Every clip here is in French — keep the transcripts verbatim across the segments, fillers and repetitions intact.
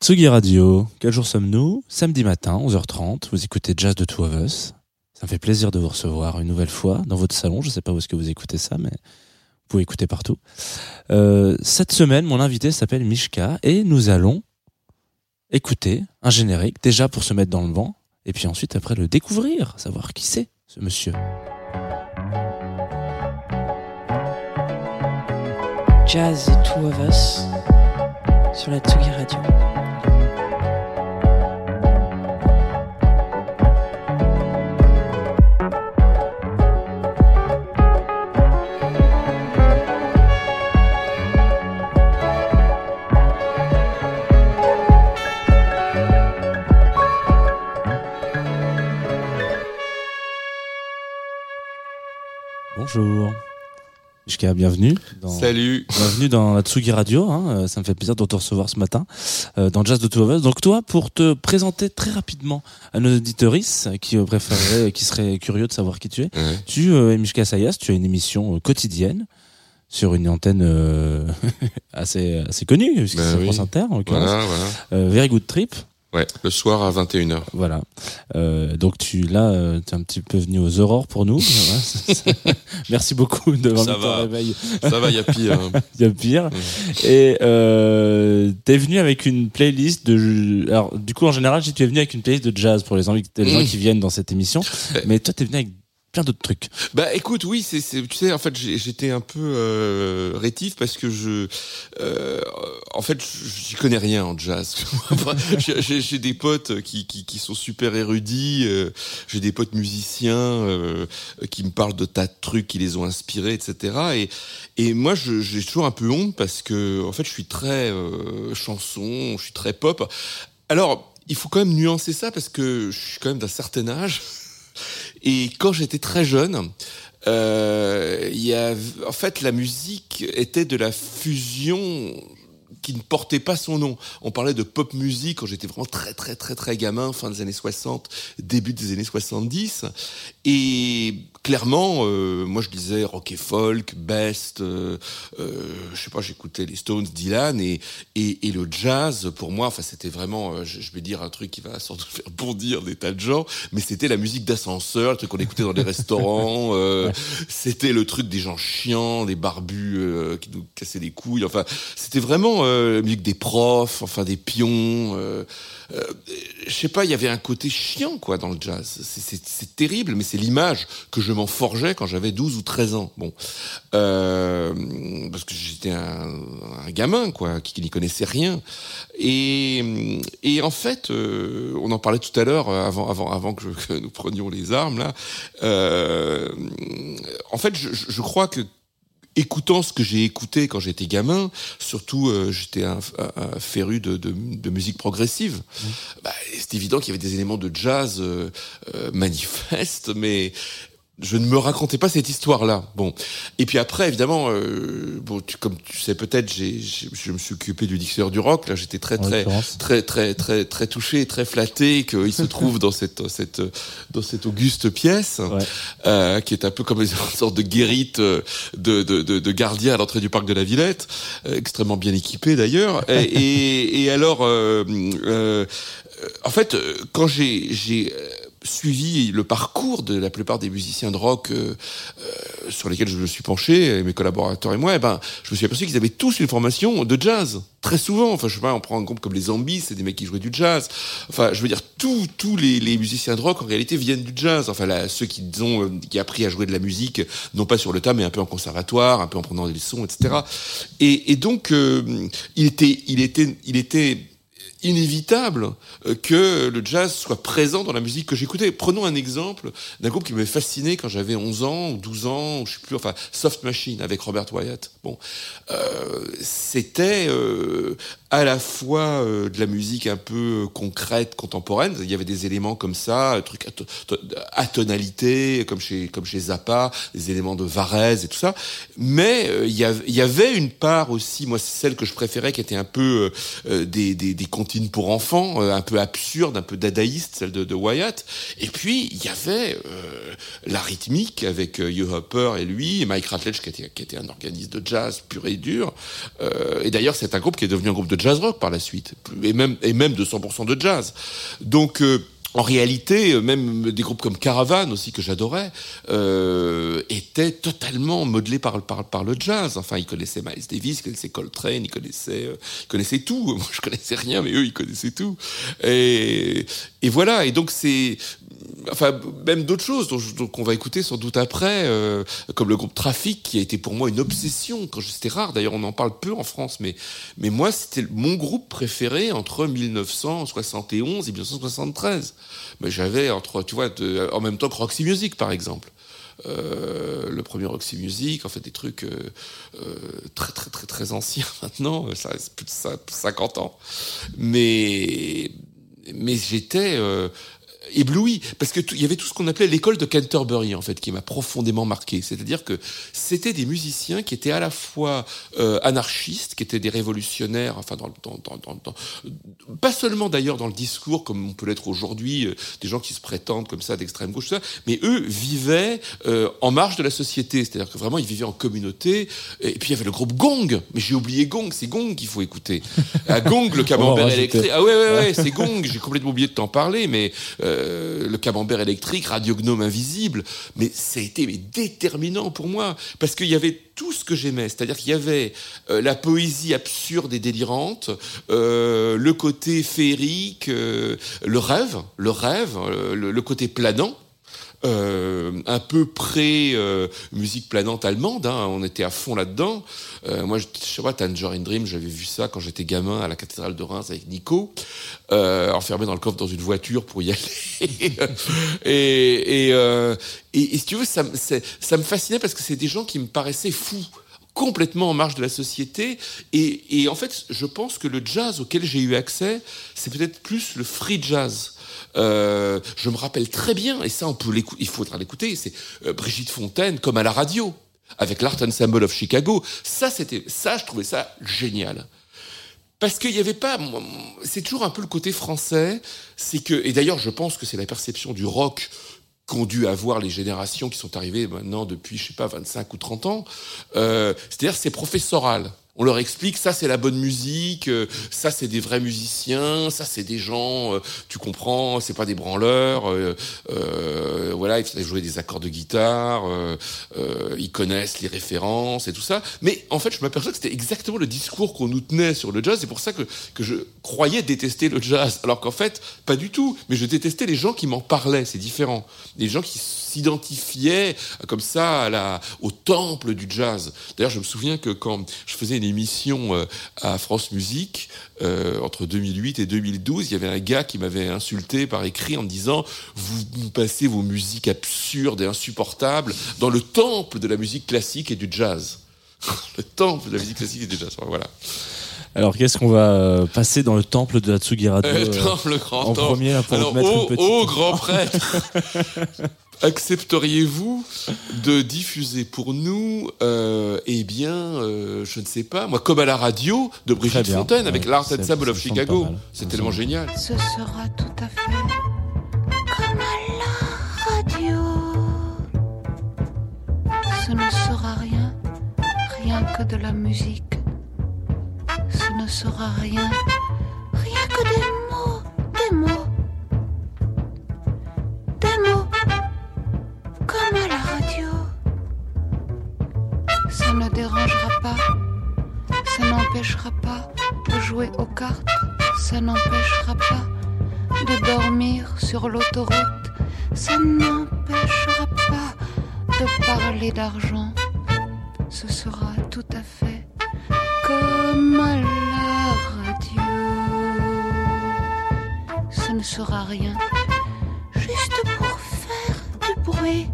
Tsugi Radio, quel jour sommes-nous ? Samedi matin, onze heures trente, vous écoutez Jazz de Two of Us. Ça me fait plaisir de vous recevoir une nouvelle fois dans votre salon. Je ne sais pas où est-ce que vous écoutez ça, mais vous pouvez écouter partout. Euh, cette semaine, mon invité s'appelle Mishka et nous allons écouter un générique, déjà pour se mettre dans le vent, et puis ensuite après le découvrir, savoir qui c'est ce monsieur. Jazz de Two of Us sur la Tsugi Radio. Bonjour. Mishka, bienvenue. Dans, Salut. Bienvenue dans la Tsugi Radio. Hein. Ça me fait plaisir de te recevoir ce matin euh, dans Jazz de Two of Us. Donc toi, pour te présenter très rapidement à nos auditeuristes qui euh, préféreraient, qui seraient curieux de savoir qui tu es, ouais. tu euh, es Mishka Sayas. Tu as une émission euh, quotidienne sur une antenne euh, assez assez connue, puisque bah c'est oui. France Inter en l'occurrence. Voilà, voilà. Euh, Very Good Trip. Ouais, le soir à vingt et une heures. Voilà. Euh, donc tu là, euh, t'es un petit peu venu aux aurores pour nous. Merci beaucoup de ça ton réveil. Ça va, il y a pire. Il y a pire. Mmh. Et euh, t'es venu avec une playlist de. Alors du coup, en général, tu es venu avec une playlist de jazz pour les, envie, les gens mmh. qui viennent dans cette émission. Mais toi, t'es venu avec plein d'autres trucs. Bah écoute, oui, c'est, c'est tu sais, en fait, j'ai, j'étais un peu euh, rétif parce que je, euh, en fait, j'y connais rien en jazz. j'ai, j'ai des potes qui, qui, qui sont super érudits, euh, j'ai des potes musiciens euh, qui me parlent de tas de trucs qui les ont inspirés, et cetera. Et et moi, je, j'ai toujours un peu honte parce que, en fait, je suis très euh, chanson, je suis très pop. Alors, il faut quand même nuancer ça parce que je suis quand même d'un certain âge. Et quand j'étais très jeune, euh, y a, en fait, la musique était de la fusion qui ne portait pas son nom. On parlait de pop music quand j'étais vraiment très très très très gamin, fin des années soixante, début des années soixante-dix. Et clairement, euh, moi je disais rock et folk, best, euh, euh, je sais pas, j'écoutais les Stones, Dylan et et, et le jazz. Pour moi, enfin c'était vraiment, euh, je, je vais dire un truc qui va sans doute faire bondir des tas de gens, mais c'était la musique d'ascenseur, le truc qu'on écoutait dans les restaurants. Euh, ouais. C'était le truc des gens chiants, des barbus euh, qui nous cassaient les couilles. Enfin, c'était vraiment euh, la musique des profs, enfin des pions. Euh, euh, je sais pas, il y avait un côté chiant quoi dans le jazz. C'est, c'est, c'est terrible, mais c'est l'image que je m'en forgeais quand j'avais douze ou treize ans. Bon, euh, parce que j'étais un, un gamin quoi, qui, qui n'y connaissait rien. Et, et en fait, euh, on en parlait tout à l'heure avant, avant, avant que, je, que nous prenions les armes là. Euh, en fait, je, je crois que écoutant ce que j'ai écouté quand j'étais gamin, surtout euh, j'étais un, un, un féru de, de, de musique progressive, mmh. bah, c'est évident qu'il y avait des éléments de jazz euh, euh, manifestes, mais je ne me racontais pas cette histoire-là. Bon, et puis après, évidemment, euh, bon, tu, comme tu sais peut-être, j'ai, j'ai, je me suis occupé du dictionnaire du rock. Là, j'étais très, très, très, très, très, très touché, et très flatté qu'il se trouve dans cette, cette, dans cette auguste pièce, ouais. euh, qui est un peu comme une sorte de guérite de, de, de, de gardien à l'entrée du parc de la Villette, euh, extrêmement bien équipé d'ailleurs. et, et, et alors, euh, euh, en fait, quand j'ai, j'ai suivi le parcours de la plupart des musiciens de rock euh, euh, sur lesquels je me suis penché, mes collaborateurs et moi, et ben, je me suis aperçu qu'ils avaient tous une formation de jazz. Très souvent, enfin, je sais pas, on prend un groupe comme les Zombies, c'est des mecs qui jouaient du jazz. Enfin, je veux dire, tous, tous les, les musiciens de rock, en réalité, viennent du jazz. Enfin, là, ceux qui ont, euh, qui ont appris à jouer de la musique, non pas sur le tas, mais un peu en conservatoire, un peu en prenant des leçons, et cetera. Et, et donc, euh, il était, il était, il était, inévitable que le jazz soit présent dans la musique que j'écoutais. Prenons un exemple d'un groupe qui m'avait fasciné quand j'avais onze ans ou douze ans, ou je sais plus, enfin Soft Machine avec Robert Wyatt. Bon, euh, c'était euh, à la fois euh, de la musique un peu concrète, contemporaine. Il y avait des éléments comme ça, un truc à tonalité, comme chez comme chez Zappa, des éléments de Varese et tout ça. Mais euh, il y, y avait une part aussi, moi c'est celle que je préférais, qui était un peu euh, des des des continuités routine pour enfants, euh, un peu absurde, un peu dadaïste, celle de, de Wyatt. Et puis il y avait euh, la rythmique avec euh, Hugh Hopper et lui, et Mike Ratledge qui était, qui était un organiste de jazz pur et dur. Euh, et d'ailleurs c'est un groupe qui est devenu un groupe de jazz rock par la suite, et même et même de cent pour cent de jazz. Donc euh, en réalité, même des groupes comme Caravan aussi que j'adorais euh, étaient totalement modelés par, par par le jazz. Enfin, ils connaissaient Miles Davis, ils connaissaient Coltrane, ils connaissaient euh, ils connaissaient tout. Moi, je connaissais rien, mais eux, ils connaissaient tout. Et et voilà. Et donc c'est enfin même d'autres choses dont, dont qu'on va écouter sans doute après, euh, comme le groupe Traffic qui a été pour moi une obsession. Quand je, c'était rare. D'ailleurs, on en parle peu en France, mais mais moi, c'était mon groupe préféré entre dix-neuf cent soixante et onze et dix-neuf cent soixante-treize. Mais j'avais entre, tu vois, de, en même temps que Roxy Music, par exemple. Euh, le premier Roxy Music, en fait, des trucs euh, euh, très, très, très, très anciens maintenant. Ça reste plus de cinquante ans. Mais, mais j'étais euh, ébloui, parce que il y avait tout ce qu'on appelait l'école de Canterbury, en fait, qui m'a profondément marqué. C'est-à-dire que c'était des musiciens qui étaient à la fois euh, anarchistes, qui étaient des révolutionnaires, enfin, dans, dans, dans, dans, dans, pas seulement d'ailleurs dans le discours, comme on peut l'être aujourd'hui, euh, des gens qui se prétendent comme ça d'extrême gauche, tout ça, mais eux vivaient euh, en marge de la société. C'est-à-dire que vraiment, ils vivaient en communauté. Et puis, il y avait le groupe Gong. Mais j'ai oublié Gong. C'est Gong qu'il faut écouter. À Gong, le camembert électrique. Ah ouais, ouais, ouais, c'est Gong. J'ai complètement oublié de t'en parler, mais euh, le camembert électrique, Radio Gnome Invisible, mais ça a été mais, déterminant pour moi, parce qu'il y avait tout ce que j'aimais, c'est-à-dire qu'il y avait euh, la poésie absurde et délirante, euh, le côté féerique, euh, le rêve, le rêve, euh, le, le côté planant, Euh, un peu pré euh, musique planante allemande, hein, on était à fond là-dedans. Euh, moi, je, je sais pas, Tangerine Dream, j'avais vu ça quand j'étais gamin à la cathédrale de Reims avec Nico, euh, enfermé dans le coffre dans une voiture pour y aller. et, et, euh, et, et si tu veux, ça, ça me fascinait parce que c'est des gens qui me paraissaient fous, complètement en marge de la société. Et, et en fait, je pense que le jazz auquel j'ai eu accès, c'est peut-être plus le free jazz. Euh, je me rappelle très bien, et ça on peut l'écouter, il faudra l'écouter, c'est euh, Brigitte Fontaine comme à la radio, avec l'Art Ensemble of Chicago. Ça, c'était, ça, je trouvais ça génial. Parce qu'il y avait pas, c'est toujours un peu le côté français, c'est que, et d'ailleurs je pense que c'est la perception du rock qu'ont dû avoir les générations qui sont arrivées maintenant depuis, je sais pas, vingt-cinq ou trente ans, euh, c'est-à-dire c'est professoral. On leur explique, ça c'est la bonne musique, ça c'est des vrais musiciens, ça c'est des gens, tu comprends, c'est pas des branleurs, euh, euh, voilà, ils savent jouer des accords de guitare, euh, euh, ils connaissent les références et tout ça. Mais en fait, je m'aperçois que c'était exactement le discours qu'on nous tenait sur le jazz. C'est pour ça que, que je croyais détester le jazz, alors qu'en fait, pas du tout. Mais je détestais les gens qui m'en parlaient, c'est différent. Les gens qui s'identifiaient comme ça à la, au temple du jazz. D'ailleurs, je me souviens que quand je faisais une émission euh, à France Musique, euh, entre deux mille huit et deux mille douze, il y avait un gars qui m'avait insulté par écrit en me disant « Vous nous passez vos musiques absurdes et insupportables dans le temple de la musique classique et du jazz. » Le temple de la musique classique et du jazz, voilà. Alors, qu'est-ce qu'on va passer dans le temple de la Tsugi Radio euh, temple, le grand en temple. premier là, pour Alors, mettre ô, une petite... ô grand prêtre, accepteriez-vous de diffuser pour nous, euh, eh bien, euh, je ne sais pas, moi, comme à la radio, de Brigitte Fontaine, avec ouais, l'Art Ensemble of Chicago. C'est tellement semble. génial. Ce sera tout à fait comme à la radio. Ce ne sera rien, rien que de la musique. Ce ne sera rien, rien que des mots, des mots, des mots, comme à la radio. Ça ne dérangera pas, ça n'empêchera pas de jouer aux cartes, ça n'empêchera pas de dormir sur l'autoroute, ça n'empêchera pas de parler d'argent. Ce sera tout à fait comme à la radio. Ce ne sera rien, juste pour faire du bruit.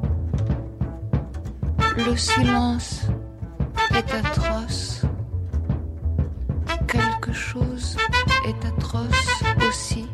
Le silence est atroce. Quelque chose est atroce aussi.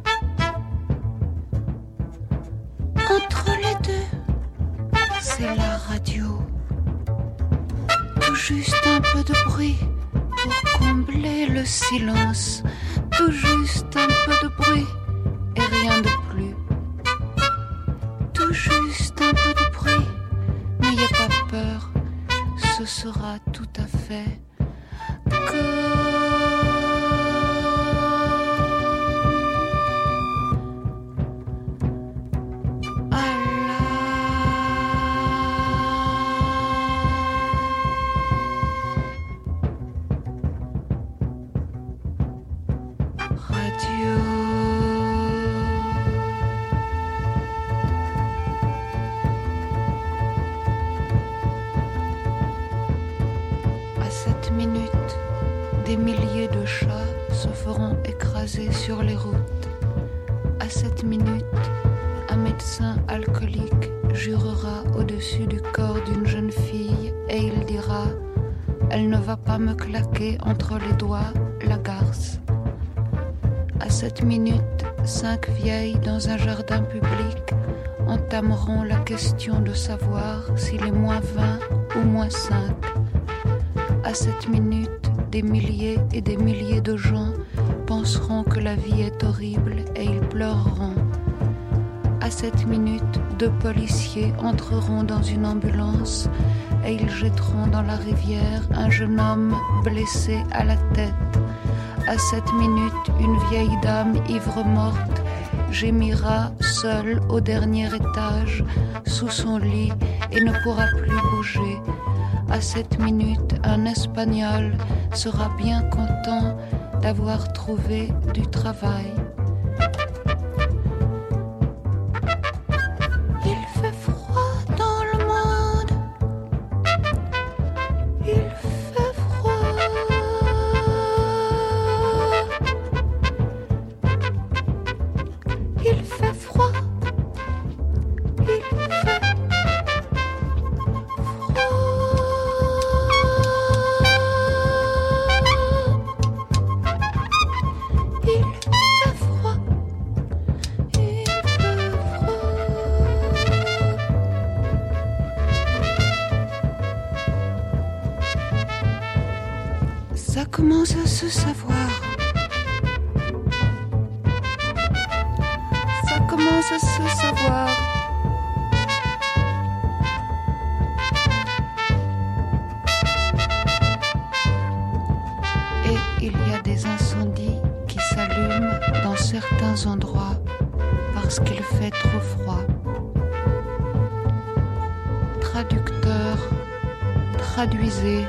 Entre les deux, c'est la radio. Tout juste un peu de bruit pour combler le silence. Toujours juste un peu de bruit et rien de plus. Tout juste un peu de bruit, n'ayez pas peur, ce sera tout à fait que... Des milliers de chats se feront écraser sur les routes. À cette minute, un médecin alcoolique jurera au-dessus du corps d'une jeune fille et il dira « Elle ne va pas me claquer entre les doigts la garce ». À cette minute, cinq vieilles dans un jardin public entameront la question de savoir s'il est moins vingt ou moins cinq. À cette minute, des milliers et des milliers de gens penseront que la vie est horrible et ils pleureront. À cette minute, deux policiers entreront dans une ambulance et ils jetteront dans la rivière un jeune homme blessé à la tête. À cette minute, une vieille dame ivre-morte gémira seule au dernier étage sous son lit et ne pourra plus bouger. À cette minute, un Espagnol sera bien content d'avoir trouvé du travail. Il fait froid dans le monde. Il fait froid. Il fait froid. Il fait froid. Ça commence à se savoir. Ça commence à se savoir. Et il y a des incendies qui s'allument dans certains endroits parce qu'il fait trop froid. Traducteur, traduisez.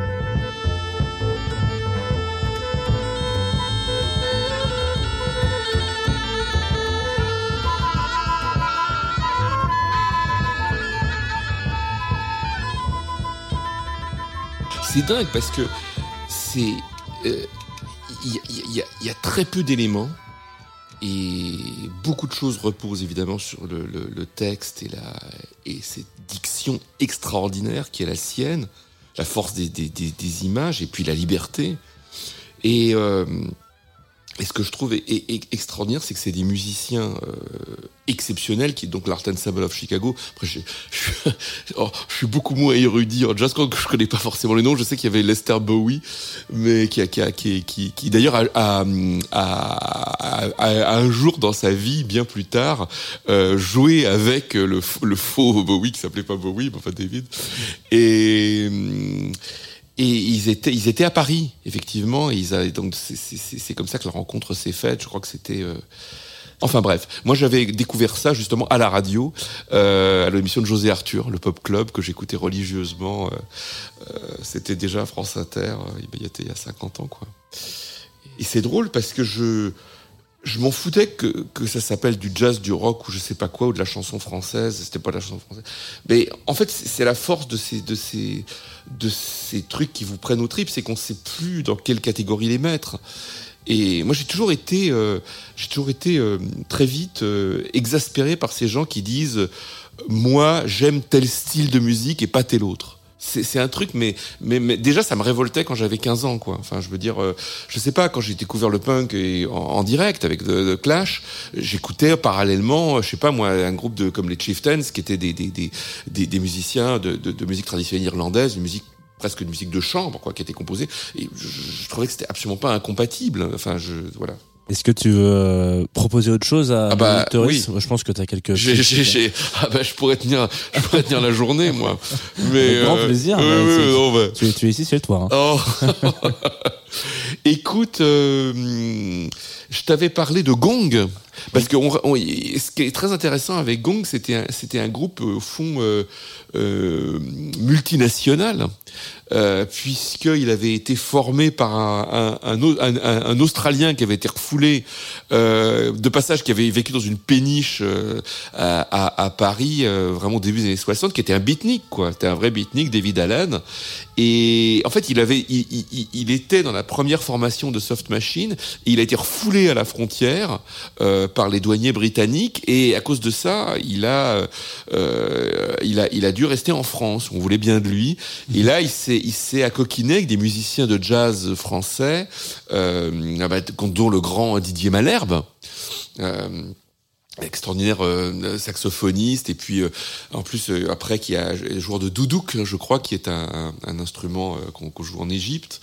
C'est dingue parce que c'est il euh, y, y, y, y a très peu d'éléments et beaucoup de choses reposent évidemment sur le, le, le texte et la et cette diction extraordinaire qui est la sienne, la force des, des, des, des images et puis la liberté. Et, euh, et ce que je trouve est, est, est extraordinaire, c'est que c'est des musiciens euh, exceptionnels, qui est donc l'Art Ensemble of Chicago. Après, je, je, oh, je suis beaucoup moins érudit en jazz, quand je connais pas forcément les noms. Je sais qu'il y avait Lester Bowie, mais qui a, qui a, qui, qui, qui d'ailleurs a, a, a, a, a un jour dans sa vie, bien plus tard, euh, joué avec le, le faux Bowie qui s'appelait pas Bowie, mais enfin David. Et Et ils étaient, ils étaient à Paris, effectivement. Et ils avaient, donc c'est, c'est, c'est comme ça que la rencontre s'est faite. Je crois que c'était. Euh... Enfin bref, moi j'avais découvert ça justement à la radio, euh, à l'émission de José Arthur, le Pop Club, que j'écoutais religieusement. Euh, euh, c'était déjà France Inter. Euh, il y était il y a cinquante ans, quoi. Et c'est drôle parce que je. Je m'en foutais que, que ça s'appelle du jazz, du rock ou je sais pas quoi, ou de la chanson française. C'était pas de la chanson française. Mais en fait, c'est la force de ces, de ces, de ces trucs qui vous prennent aux tripes, c'est qu'on sait plus dans quelle catégorie les mettre. Et moi, j'ai toujours été, euh, j'ai toujours été euh, très vite euh, exaspéré par ces gens qui disent « Moi, j'aime tel style de musique et pas tel autre ». C'est, c'est un truc, mais, mais, mais déjà, ça me révoltait quand j'avais quinze ans, quoi. Enfin, je veux dire, euh, je sais pas, quand j'ai découvert le punk et en, en direct avec The, The Clash, j'écoutais parallèlement, je sais pas moi, un groupe de comme les Chieftains, qui étaient des, des, des, des, des musiciens de, de, de musique traditionnelle irlandaise, une musique presque une musique de chambre, quoi, qui était composée. Et je, je trouvais que c'était absolument pas incompatible. Enfin, je, voilà. Est-ce que tu veux euh, proposer autre chose à Ah bah, nos oui. Moi, je pense que tu as quelques... J'ai, j'ai, j'ai... Ah bah, je pourrais tenir, je pourrais tenir la journée, moi. Mais, Avec grand euh, plaisir. oui, bah, oui, c'est- non, bah. tu, es, tu es ici, c'est toi. Hein. Oh. Écoute, euh, je t'avais parlé de Gong. Parce que on, on, ce qui est très intéressant avec Gong, c'était un, c'était un groupe, au fond, euh, euh, multinational. Euh, puisqu'il avait été formé par un, un, un, un, un Australien qui avait été refoulé euh, de passage, qui avait vécu dans une péniche euh, à, à, à Paris, euh, vraiment au début des années soixante, qui était un beatnik, quoi. C'était un vrai beatnik, David Allen. Et en fait, il avait, il, il, il était dans la première formation de Soft Machine, et il a été refoulé à la frontière euh, par les douaniers britanniques, et à cause de ça, il a, euh, il a, il a dû rester en France. On voulait bien de lui, et là, il s'est il s'est accoquiné avec des musiciens de jazz français, euh, dont le grand Didier Malherbe, euh, extraordinaire euh, saxophoniste, et puis euh, en plus euh, après qui a joueur de doudouk, je crois, qui est un, un, un instrument euh, qu'on, qu'on joue en Égypte.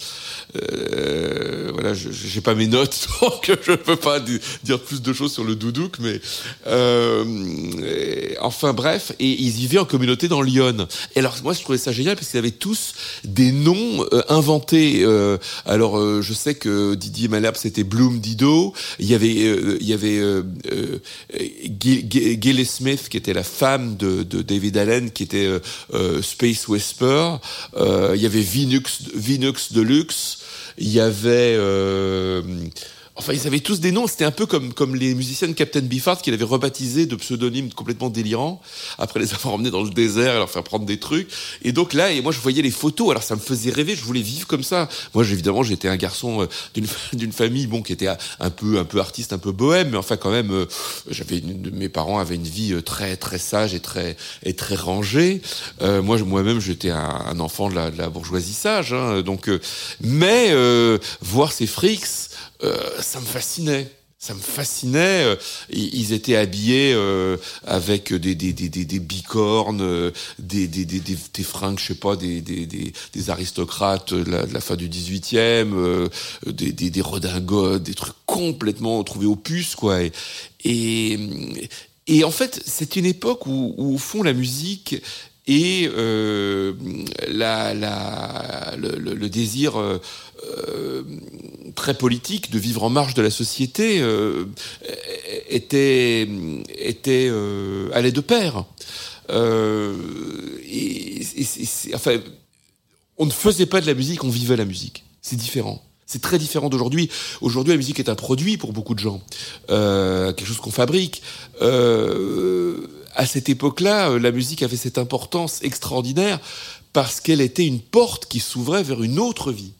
Euh, voilà, je, j'ai pas mes notes, donc je peux pas di- dire plus de choses sur le doudouk, mais euh, et, enfin bref, et ils vivaient en communauté dans Lyon. Et alors moi je trouvais ça génial parce qu'ils avaient tous des noms euh, inventés. Euh, alors euh, je sais que Didier Malherbe c'était Bloom Dido, il y avait euh, il y avait euh, euh, Gilly Smith qui était la femme de, de David Allen, qui était euh, euh, Space Whisper. Euh, il y avait Vinux, Vinux Deluxe. Il y avait euh, enfin, ils avaient tous des noms. C'était un peu comme comme les musiciens de Captain Beefheart qu'il avait rebaptisé de pseudonymes complètement délirants après les avoir emmenés dans le désert et leur faire prendre des trucs. Et donc là, et moi je voyais les photos. Alors ça me faisait rêver. Je voulais vivre comme ça. Moi, évidemment, j'étais un garçon euh, d'une d'une famille bon qui était un peu un peu artiste, un peu bohème, mais enfin quand même, euh, j'avais une, mes parents avaient une vie très très sage et très et très rangée. Euh, moi moi-même, j'étais un, un enfant de la, de la bourgeoisie sage. Hein, donc, euh, mais euh, voir ces freaks. Euh, ça me fascinait. Ça me fascinait. Ils étaient habillés euh, avec des des des des, des bicornes, euh, des, des des des des fringues, je sais pas, des des des, des aristocrates de la, de la fin du dix-huitième, euh, des des des redingotes, des trucs complètement trouvés aux puces, quoi. Et et, et en fait, c'est une époque où, où au fond la musique et euh, la, la, le, le, le désir euh, euh, très politique de vivre en marge de la société euh, était, était euh, allait de pair. Euh, et, et, et, enfin, on ne faisait pas de la musique, on vivait la musique. C'est différent. C'est très différent d'aujourd'hui. Aujourd'hui, la musique est un produit pour beaucoup de gens, euh, quelque chose qu'on fabrique. Euh, à cette époque-là, la musique avait cette importance extraordinaire parce qu'elle était une porte qui s'ouvrait vers une autre vie.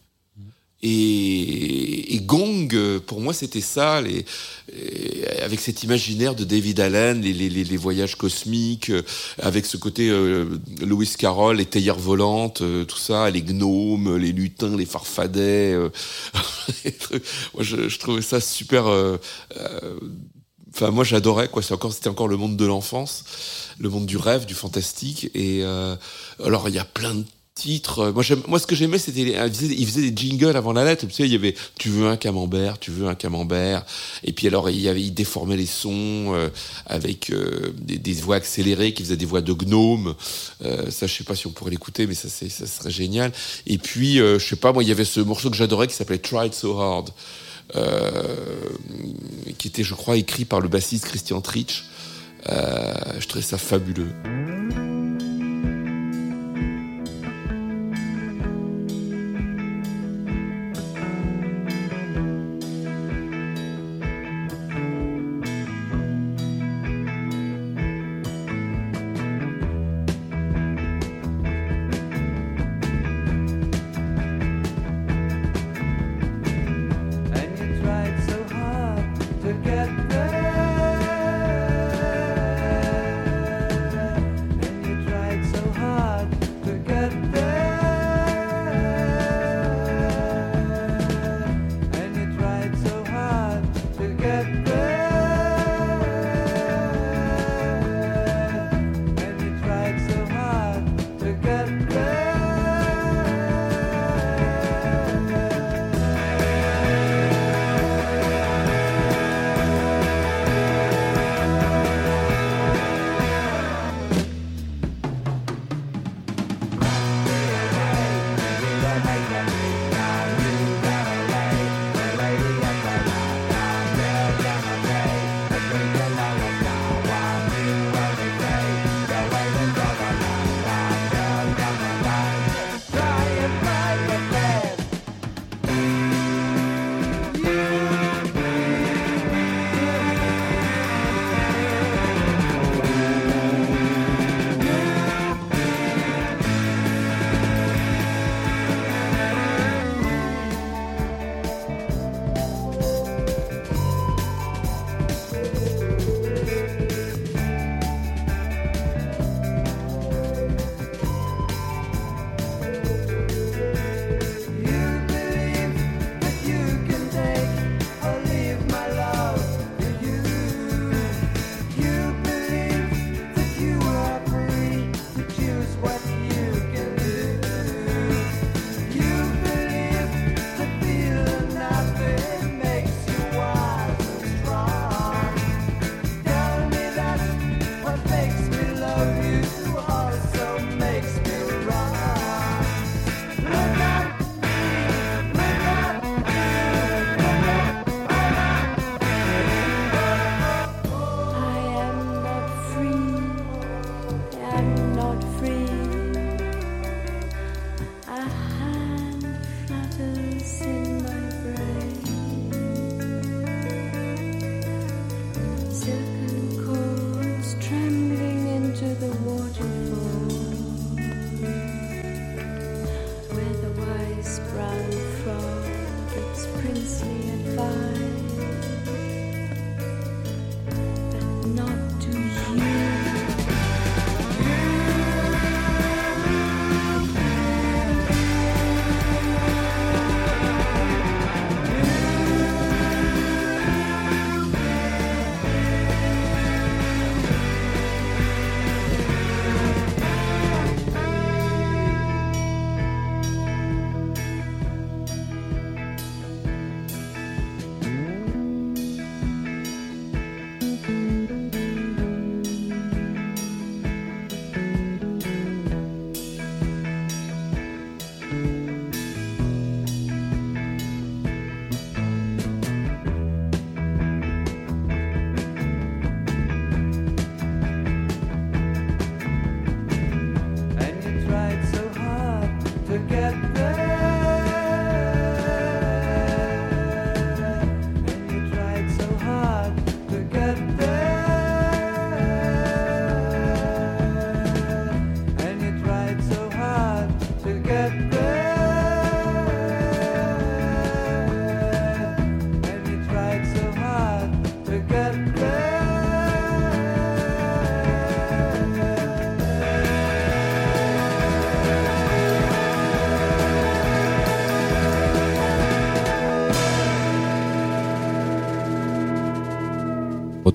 Et, et Gong, pour moi, c'était ça, les, les, avec cet imaginaire de David Allen, les, les, les voyages cosmiques, avec ce côté euh, Lewis Carroll, les théières volantes, euh, tout ça, les gnomes, les lutins, les farfadets. Euh, moi, je, je trouvais ça super. Euh, euh, Enfin, moi, j'adorais, quoi. C'est encore, c'était encore le monde de l'enfance, le monde du rêve, du fantastique. Et euh, alors, il y a plein de titres. Moi, j'aime, moi, ce que j'aimais, c'était ils faisaient, ils faisaient des jingles avant la lettre. Tu sais, il y avait "Tu veux un camembert, tu veux un camembert". Et puis alors, il y avait, ils déformaient les sons euh, avec euh, des, des voix accélérées qui faisaient des voix de gnomes. Euh, ça, je sais pas si on pourrait l'écouter, mais ça, c'est, ça serait génial. Et puis, euh, je sais pas, moi, il y avait ce morceau que j'adorais qui s'appelait "Tried So Hard". Euh, qui était, je crois, écrit par le bassiste Christian Tritsch. Euh, je trouvais ça fabuleux.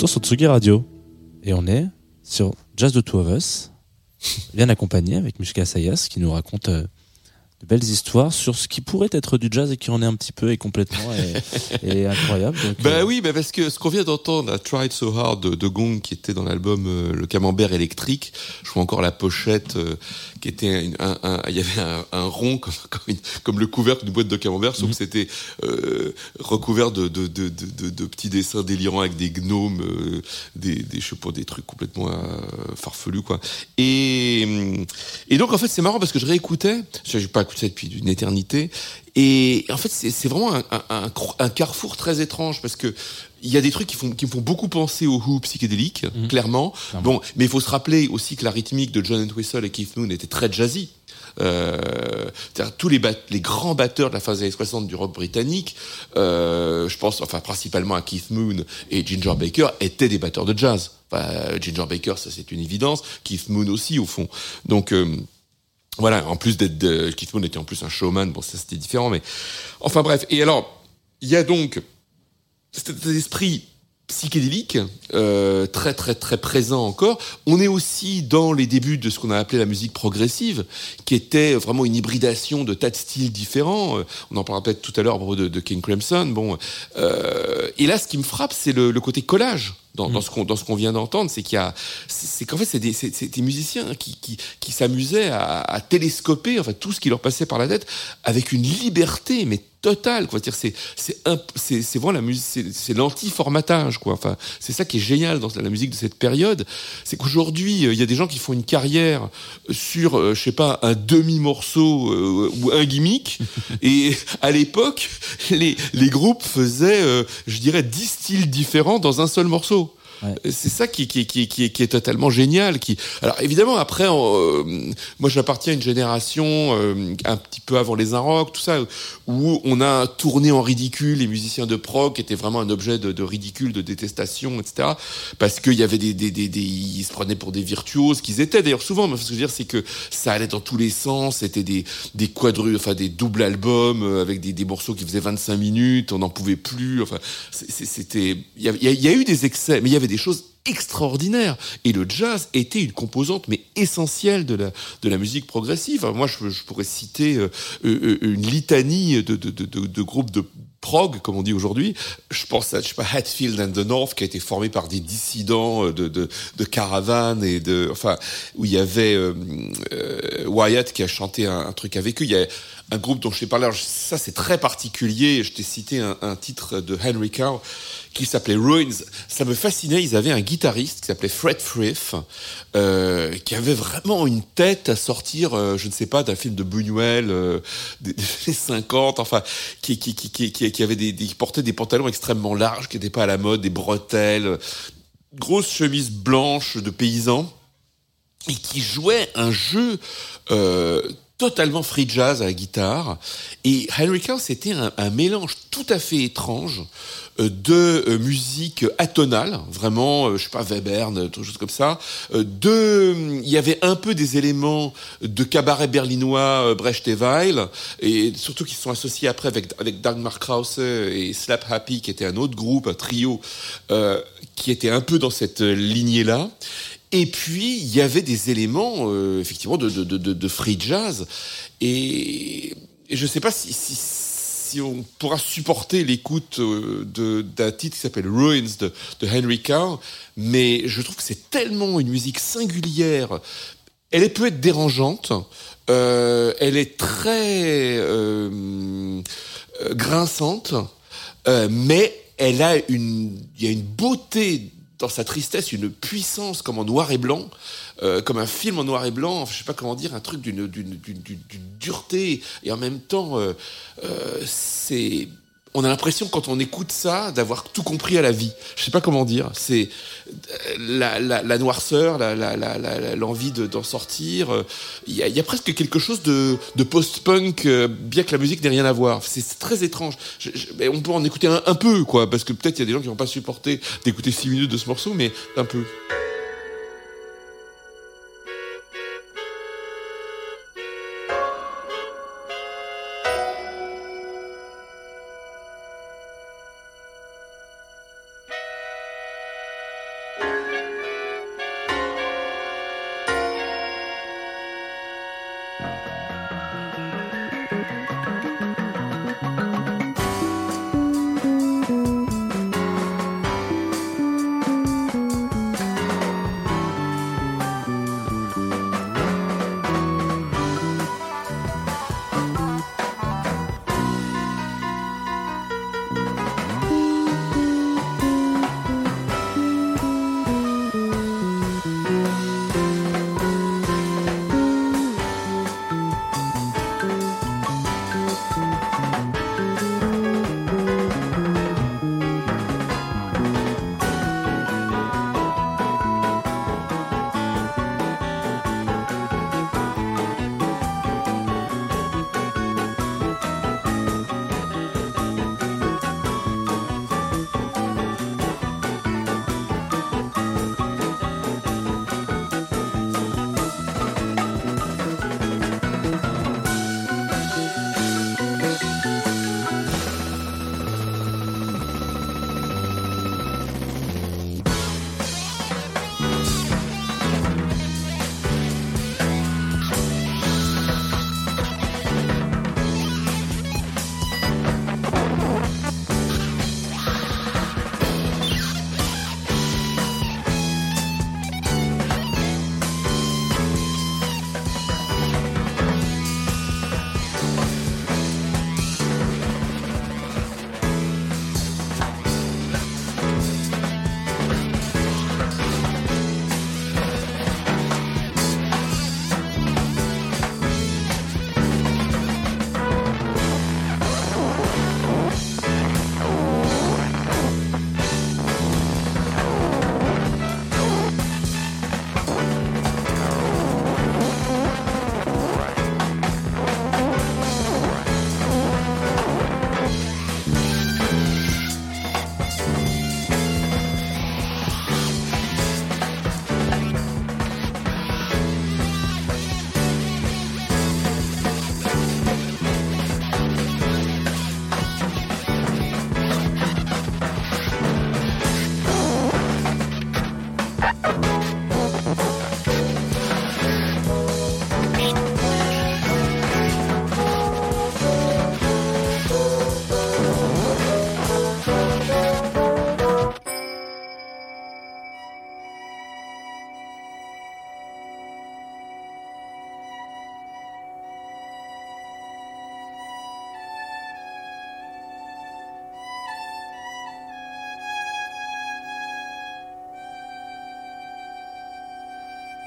retour sur Tsugi Radio. Et on est sur Jazz the Two of Us, bien accompagné avec Mishka Sayas qui nous raconte euh, de belles histoires sur ce qui pourrait être du jazz et qui en est un petit peu et complètement et, et incroyable. Donc, bah euh... oui, bah parce que ce qu'on vient d'entendre, la Tried So Hard de, de Gong, qui était dans l'album euh, Le Camembert électrique, je vois encore la pochette euh, qui était un, un, un, il y avait un, un rond comme, comme, une, comme le couvercle d'une boîte de camembert, sauf mmh. que c'était euh, recouvert de, de, de, de, de, de petits dessins délirants avec des gnomes, euh, des, des, je sais pas, des trucs complètement euh, farfelus, quoi. Et, et donc, en fait, c'est marrant parce que je réécoutais, je n'ai pas écouté ça depuis une éternité, et en fait, c'est, c'est vraiment un, un, un, un carrefour très étrange parce que il y a des trucs qui, font, qui me font beaucoup penser au Who psychédélique, mmh. clairement. Ah bon, mais il faut se rappeler aussi que la rythmique de John Entwistle et Keith Moon était très jazzy. Euh, c'est-à-dire tous les, bat- les grands batteurs de la fin des années soixante du rock britannique, euh, je pense, enfin principalement à Keith Moon et Ginger Baker, étaient des batteurs de jazz. Enfin, Ginger Baker, ça c'est une évidence. Keith Moon aussi, au fond. Donc euh, voilà, en plus d'être de, Keith Moon était en plus un showman. Bon, ça c'était différent, mais enfin bref. Et alors, il y a donc cet esprit psychédélique, euh, très très très présent encore. On est aussi dans les débuts de ce qu'on a appelé la musique progressive, qui était vraiment une hybridation de tas de styles différents. On en parlera peut-être tout à l'heure à propos de, de King Crimson. Bon, euh, et là, ce qui me frappe, c'est le, le côté collage. Dans, mmh. dans ce qu'on dans ce qu'on vient d'entendre, c'est qu'il y a, c'est, c'est qu'en fait c'est des c'est, c'est des musiciens qui qui qui s'amusaient à, à télescoper en fait tout ce qui leur passait par la tête avec une liberté mais totale, quoi. C'est-à-dire c'est c'est un, c'est c'est vraiment la musique, c'est, c'est l'anti-formatage, quoi. Enfin, c'est ça qui est génial dans la musique de cette période, c'est qu'aujourd'hui il y a des gens qui font une carrière sur euh, je sais pas un demi-morceau euh, ou un gimmick et à l'époque les les groupes faisaient euh, je dirais dix styles différents dans un seul morceau. Ouais. C'est ça qui, qui, qui, qui, qui est totalement génial. Qui... Alors évidemment, après, euh, moi j'appartiens à une génération euh, un petit peu avant les Inrock, tout ça, où on a tourné en ridicule les musiciens de prog, qui étaient vraiment un objet de, de ridicule, de détestation, et cetera. Parce qu'il y avait des, des, des, des, ils se prenaient pour des virtuoses, qu'ils étaient d'ailleurs souvent. Mais ce que je veux dire, c'est que ça allait dans tous les sens. C'était des, des quadru, enfin des doubles albums avec des, des morceaux qui faisaient vingt-cinq minutes. On n'en pouvait plus. Enfin, c'était, il y a, il y a eu des excès, mais il y avait des choses extraordinaires. Et le jazz était une composante mais essentielle de la de la musique progressive. Alors moi, je, je pourrais citer euh, une litanie de, de, de, de, de groupes de prog, comme on dit aujourd'hui. Je pense à, je sais pas, Hatfield and the North, qui a été formé par des dissidents de, de, de Caravan et de, enfin, où il y avait euh, euh, Wyatt qui a chanté un, un truc avec eux. Il y a un groupe dont je t'ai parlé. Alors, ça, c'est très particulier. Je t'ai cité un, un titre de Henry Cow qui s'appelait Ruins. Ça me fascinait. Ils avaient un guitariste qui s'appelait Fred Frith, euh, qui avait vraiment une tête à sortir, euh, je ne sais pas, d'un film de Buñuel euh, des années cinquante. Enfin, qui qui qui qui qui, qui avait des, des qui portait des pantalons extrêmement larges, qui n'étaient pas à la mode, des bretelles, grosse chemise blanche de paysan, et qui jouait un jeu euh, totalement free jazz à la guitare. Et Henry Cow, c'était un, un mélange tout à fait étrange de euh, musique atonale, vraiment, euh, je sais pas, Webern, quelque chose comme ça. Euh, de, il y avait un peu des éléments de cabaret berlinois, euh, Brecht et Weil, et surtout qui se sont associés après avec, avec Dagmar Krause et Slap Happy, qui était un autre groupe, un trio, euh, qui était un peu dans cette lignée-là. Et puis, il y avait des éléments, euh, effectivement, de, de, de, de free jazz. Et, et je sais pas si, si, si on pourra supporter l'écoute de, d'un titre qui s'appelle Ruins de, de Henry Cow, mais je trouve que c'est tellement une musique singulière. Elle peut être dérangeante, euh, elle est très euh, grinçante, euh, mais elle a une, il y a une beauté dans sa tristesse, une puissance comme en noir et blanc, euh, comme un film en noir et blanc, je sais pas comment dire, un truc d'une, d'une, d'une, d'une dureté, et en même temps, euh, euh, c'est, on a l'impression quand on écoute ça d'avoir tout compris à la vie. Je sais pas comment dire. C'est la, la, la noirceur, la, la, la, la, l'envie de, d'en sortir. Il y a, il y a presque quelque chose de, de post-punk, bien que la musique n'ait rien à voir. C'est, c'est très étrange. Je, je, mais on peut en écouter un, un peu, quoi, parce que peut-être il y a des gens qui vont pas supporter d'écouter six minutes de ce morceau, mais un peu.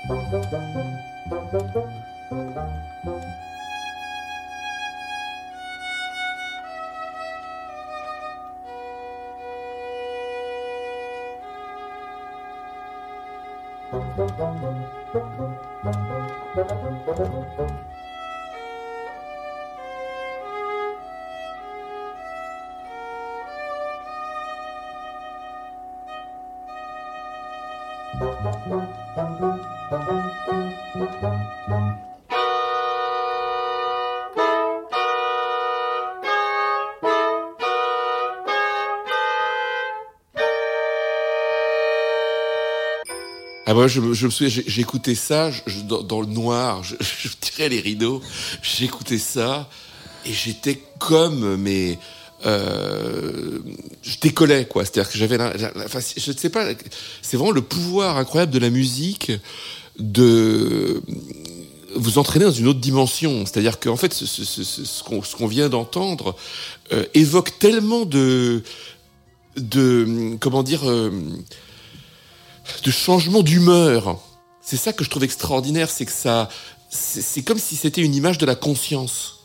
Ah moi, je, je me souviens, j'ai, j'écoutais ça je, je, dans, dans le noir, je, je tirais les rideaux, j'écoutais ça et j'étais comme, mais euh, je décollais quoi. C'est-à-dire que j'avais, la, la, la, enfin, je ne sais pas, c'est vraiment le pouvoir incroyable de la musique de vous entraîner dans une autre dimension. C'est-à-dire qu'en fait, ce, ce, ce, ce, qu'on, ce qu'on vient d'entendre euh, évoque tellement de, de, comment dire. Euh, de changement d'humeur. C'est ça que je trouve extraordinaire, c'est que ça, c'est, c'est comme si c'était une image de la conscience.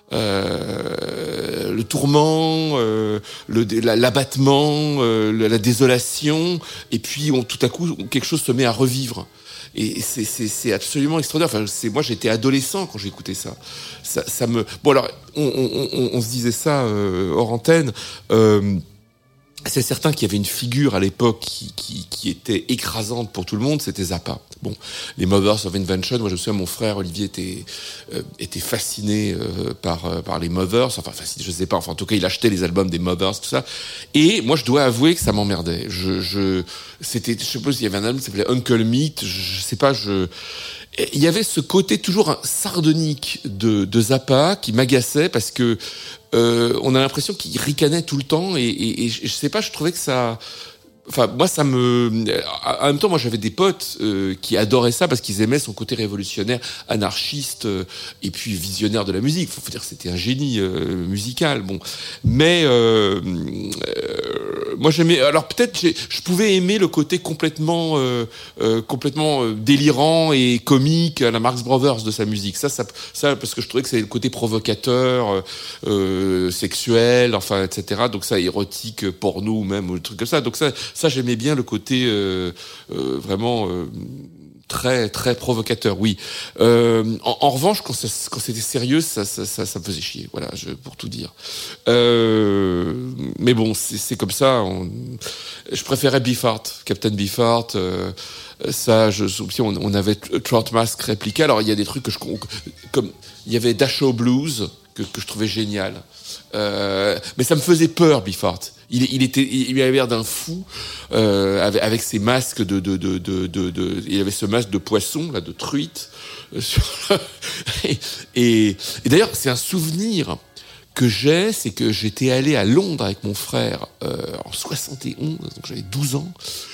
Euh, le tourment, euh, le, la, l'abattement, euh, la désolation, et puis on, tout à coup quelque chose se met à revivre. Et c'est, c'est, c'est absolument extraordinaire. Enfin, c'est, moi, j'étais adolescent quand j'écoutais ça. Ça, ça me. Bon, alors, on, on, on, on se disait ça euh, hors antenne. Euh, C'est certain qu'il y avait une figure à l'époque qui, qui, qui était écrasante pour tout le monde, c'était Zappa. Bon, les Mothers of Invention, moi je me souviens, mon frère Olivier était, euh, était fasciné euh, par, euh, par les Mothers, enfin fasciné, je sais pas, enfin en tout cas il achetait les albums des Mothers, tout ça. Et moi je dois avouer que ça m'emmerdait. Je, je, c'était, je suppose qu'il y avait un album qui s'appelait Uncle Meat, je, je sais pas, je... Il y avait ce côté toujours sardonique de, de Zappa qui m'agaçait parce que euh, on a l'impression qu'il ricanait tout le temps et, et, et je sais pas, je trouvais que ça, enfin moi ça me, en même temps moi j'avais des potes euh, qui adoraient ça parce qu'ils aimaient son côté révolutionnaire, anarchiste euh, et puis visionnaire de la musique. Faut dire que c'était un génie euh, musical, bon, mais euh, euh, moi j'aimais. Alors peut-être j'ai, je pouvais aimer le côté complètement, euh, euh, complètement euh, délirant et comique à la Marx Brothers de sa musique. Ça, ça, ça parce que je trouvais que c'est le côté provocateur, euh, sexuel, enfin et cetera. Donc ça, érotique, porno même, ou le truc comme ça. Donc ça. Ça, j'aimais bien le côté euh, euh, vraiment euh, très très provocateur. Oui. Euh, en, en revanche, quand, ça, quand c'était sérieux, ça, ça, ça, ça me faisait chier. Voilà, je, pour tout dire. Euh, mais bon, c'est, c'est comme ça. On, je préférais Beefheart, Captain Beefheart. Euh, ça, je, on, on avait Trout Mask répliqué. Alors, il y a des trucs que je comme il y avait Dachau Blues que, que je trouvais génial. Euh, mais ça me faisait peur, Beefheart. Il, il était, il avait l'air d'un fou euh, avec, avec ses masques de, de, de, de, de, de, il avait ce masque de poisson là, de truite. Euh, sur et, et, et d'ailleurs, c'est un souvenir que j'ai, c'est que j'étais allé à Londres avec mon frère euh, en soixante et onze, donc j'avais douze ans.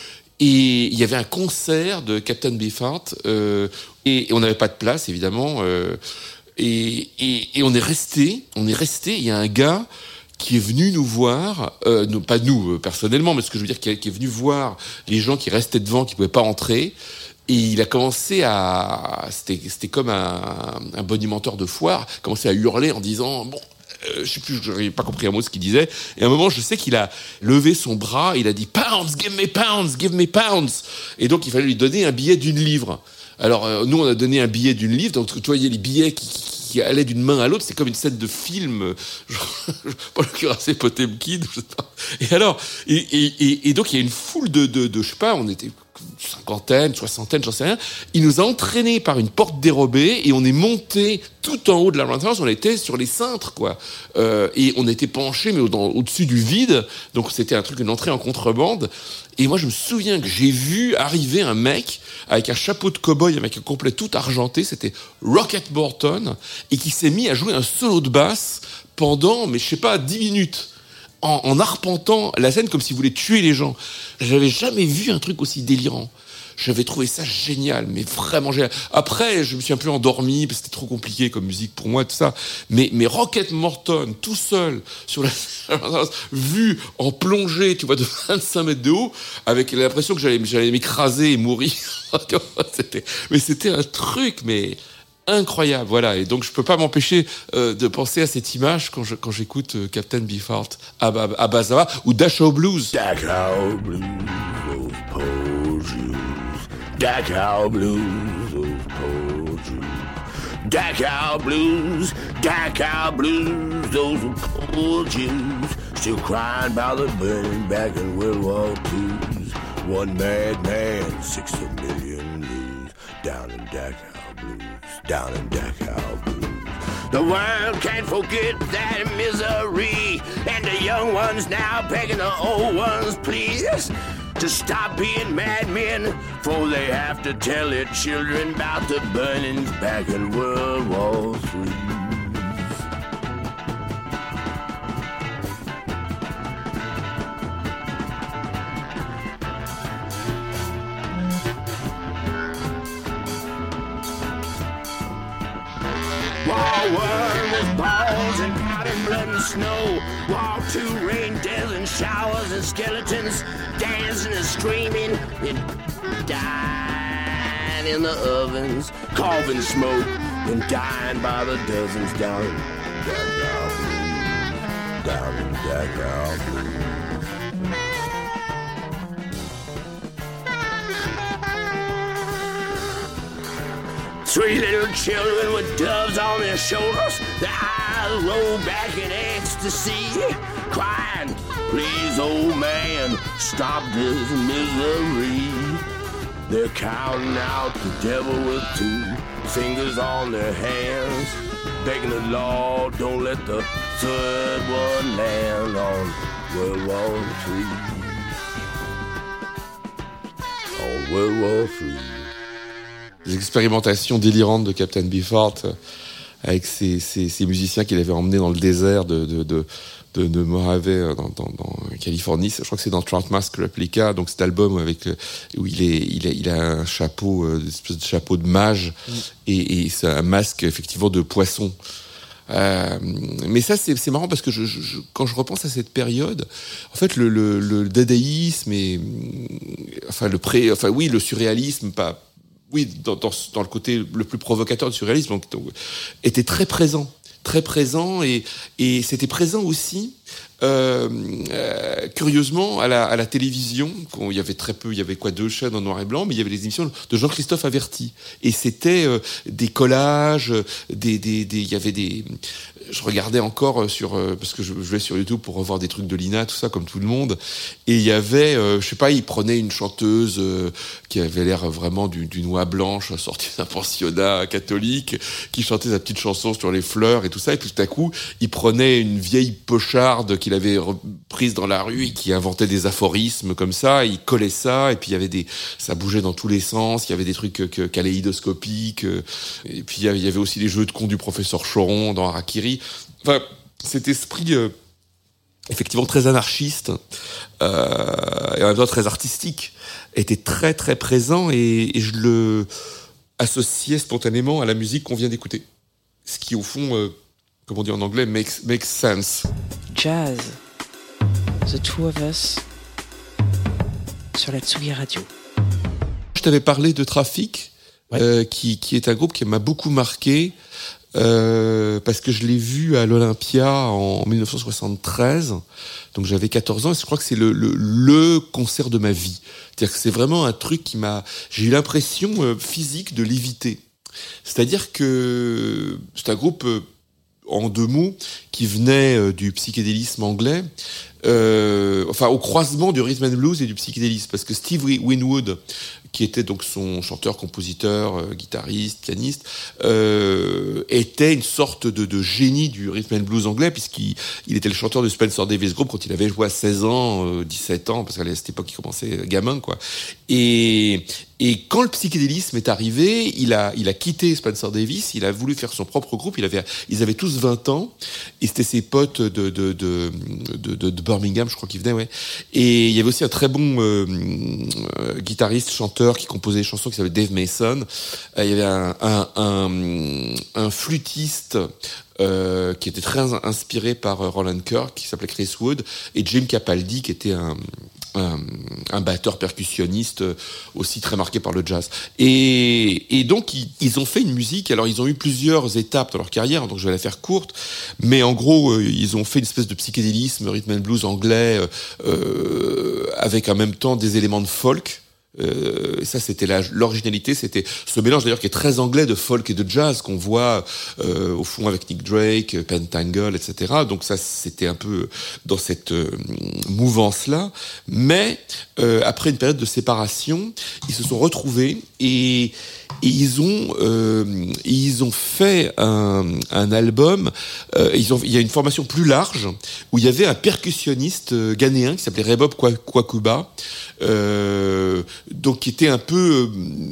Et il y avait un concert de Captain Beefheart euh, et, et on n'avait pas de place évidemment. Euh, et, et, et on est resté, on est resté. Il y a un gars qui est venu nous voir, euh, non, pas nous euh, personnellement, mais ce que je veux dire, qui est, qui est venu voir les gens qui restaient devant, qui pouvaient pas entrer, et il a commencé à, c'était, c'était comme un, un bonimenteur de foire, commencé à hurler en disant, bon, euh, je sais plus, je n'avais pas compris un mot de ce qu'il disait, et à un moment, je sais qu'il a levé son bras, il a dit, pounds, give me pounds, give me pounds, et donc il fallait lui donner un billet d'une livre. Alors, euh, nous, on a donné un billet d'une livre, donc tu voyais les billets qui, qui qui allait d'une main à l'autre, c'est comme une scène de film, pas le cuirassé Potemkin, je sais pas. Et alors, et, et, et donc il y a une foule de, de, de, je sais pas, on était cinquantaine, soixantaine, j'en sais rien. Il nous a entraînés par une porte dérobée et on est monté tout en haut de la Roundhouse, on était sur les cintres, quoi. Euh, et on était penchés, mais au, dans, au-dessus du vide, donc c'était un truc, une entrée en contrebande. Et moi, je me souviens que j'ai vu arriver un mec avec un chapeau de cow-boy, un mec complet tout argenté, c'était Rocket Morton, et qui s'est mis à jouer un solo de basse pendant, mais je sais pas, dix minutes. en, en arpentant la scène comme s'il voulait tuer les gens. J'avais jamais vu un truc aussi délirant. J'avais trouvé ça génial, mais vraiment génial. Après, je me suis un peu endormi, parce que c'était trop compliqué comme musique pour moi, tout ça. Mais, mais Rocket Morton, tout seul, sur la vue en plongée, tu vois, de vingt-cinq mètres de haut, avec l'impression que j'allais, j'allais m'écraser et mourir. c'était, mais c'était un truc, mais incroyable, voilà. Et donc, je peux pas m'empêcher euh, de penser à cette image quand, je, quand j'écoute euh, Captain Beefheart à, à, à Bazawa ou Dachau Blues. Dachau Blues, those poor Jews. Dachau Blues, those poor Jews. Dachau Blues, Dachau Blues, those poor Jews. Still crying about the burning back in World War Two. One mad man, sixty million blues. Down in Dachau Blues, down in Dachau Blues. The world can't forget that misery, and the young ones now begging the old ones, please, to stop being madmen, for they have to tell their children about the burnings back in World War Three. War one with balls and powder, blood and snow. War two, rain, death and showers and skeletons dancing and screaming and dying in the ovens, carving smoke and dying by the dozens down in Dachau Blues, down in Dachau Blues. Three little children with doves on their shoulders, their eyes roll back in ecstasy, crying, please, old man, stop this misery. They're counting out the devil with two fingers on their hands, begging the Lord, don't let the third one land on World War Three. On World War Three. Les expérimentations délirantes de Captain Beefheart avec ces, ces, ces musiciens qu'il avait emmenés dans le désert de, de, de, de, de Mojave dans, dans, dans Californie. Je crois que c'est dans Trout Mask Replica, donc cet album avec, où il, est, il, a, il a un chapeau, une espèce de chapeau de mage, mm. et, et c'est un masque effectivement de poisson. Euh, mais ça c'est, c'est marrant parce que je, je, quand je repense à cette période, en fait le, le, le dadaïsme et enfin le pré, enfin oui le surréalisme, pas oui, dans, dans, dans le côté le plus provocateur du surréalisme, donc, donc, était très présent, très présent, et, et c'était présent aussi, euh, euh, curieusement, à la, à la télévision. Il y avait très peu, il y avait quoi, deux chaînes en noir et blanc, mais il y avait les émissions de Jean-Christophe Averty, et c'était euh, des collages, des, des, des, il y avait des. Je regardais encore sur parce que je, je vais sur YouTube pour revoir des trucs de Lina, tout ça, comme tout le monde. Et il y avait, euh, je sais pas, il prenait une chanteuse euh, qui avait l'air vraiment d'une, d'une oie blanche sortie d'un pensionnat catholique, qui chantait sa petite chanson sur les fleurs et tout ça. Et puis tout à coup, il prenait une vieille pocharde qu'il avait prise dans la rue et qui inventait des aphorismes comme ça. Il collait ça et puis il y avait des, ça bougeait dans tous les sens. Il y avait des trucs euh, kaléidoscopiques. Euh, et puis il y avait aussi les jeux de cons du professeur Choron dans Harakiri. Enfin, cet esprit euh, effectivement très anarchiste euh, et en même temps très artistique était très très présent, et, et je le associais spontanément à la musique qu'on vient d'écouter. Ce qui au fond, euh, comme on dit en anglais, makes, makes sense. Jazz, The Two of Us, sur la Tsugi Radio. Je t'avais parlé de Trafic, ouais. euh, qui, qui est un groupe qui m'a beaucoup marqué. Euh, parce que je l'ai vu à l'Olympia en dix-neuf cent soixante-treize, donc j'avais quatorze ans, et je crois que c'est le, le, le concert de ma vie. C'est-à-dire que c'est vraiment un truc qui m'a... J'ai eu l'impression euh, physique de léviter. C'est-à-dire que c'est un groupe, euh, en deux mots, qui venait euh, du psychédélisme anglais, euh, enfin au croisement du rhythm and blues et du psychédélisme, parce que Steve Winwood, qui était donc son chanteur, compositeur, euh, guitariste, pianiste, euh, était une sorte de, de génie du rhythm and blues anglais, puisqu'il il était le chanteur de Spencer Davis Group quand il avait joué à seize ans, euh, dix-sept ans, parce qu'à cette époque il commençait gamin, quoi. Et, et quand le psychédélisme est arrivé, il a, il a quitté Spencer Davis, il a voulu faire son propre groupe. Il avait, ils avaient tous vingt ans, et c'était ses potes de, de, de, de, de, de Birmingham, je crois qu'il venait, ouais. Et il y avait aussi un très bon euh, euh, guitariste, chanteur qui composait des chansons qui s'appelait Dave Mason. Euh, il y avait un, un, un, un flûtiste euh, qui était très inspiré par Roland Kirk, qui s'appelait Chris Wood, et Jim Capaldi, qui était un Un, un batteur percussionniste aussi très marqué par le jazz. Et, et donc, ils, ils ont fait une musique. Alors, ils ont eu plusieurs étapes dans leur carrière, donc je vais la faire courte. Mais en gros, euh, ils ont fait une espèce de psychédélisme, rhythm and blues anglais, euh, avec en même temps des éléments de folk. Euh, et ça, c'était la, l'originalité, c'était ce mélange d'ailleurs qui est très anglais de folk et de jazz qu'on voit euh, au fond avec Nick Drake, Pentangle, et cetera. Donc ça, c'était un peu dans cette euh, mouvance-là. Mais euh, après une période de séparation, ils se sont retrouvés et, et ils ont euh, ils ont fait un, un album. Euh, ils ont, il y a une formation plus large où il y avait un percussionniste ghanéen qui s'appelait Rebob Kwakuba. Euh, donc qui était un peu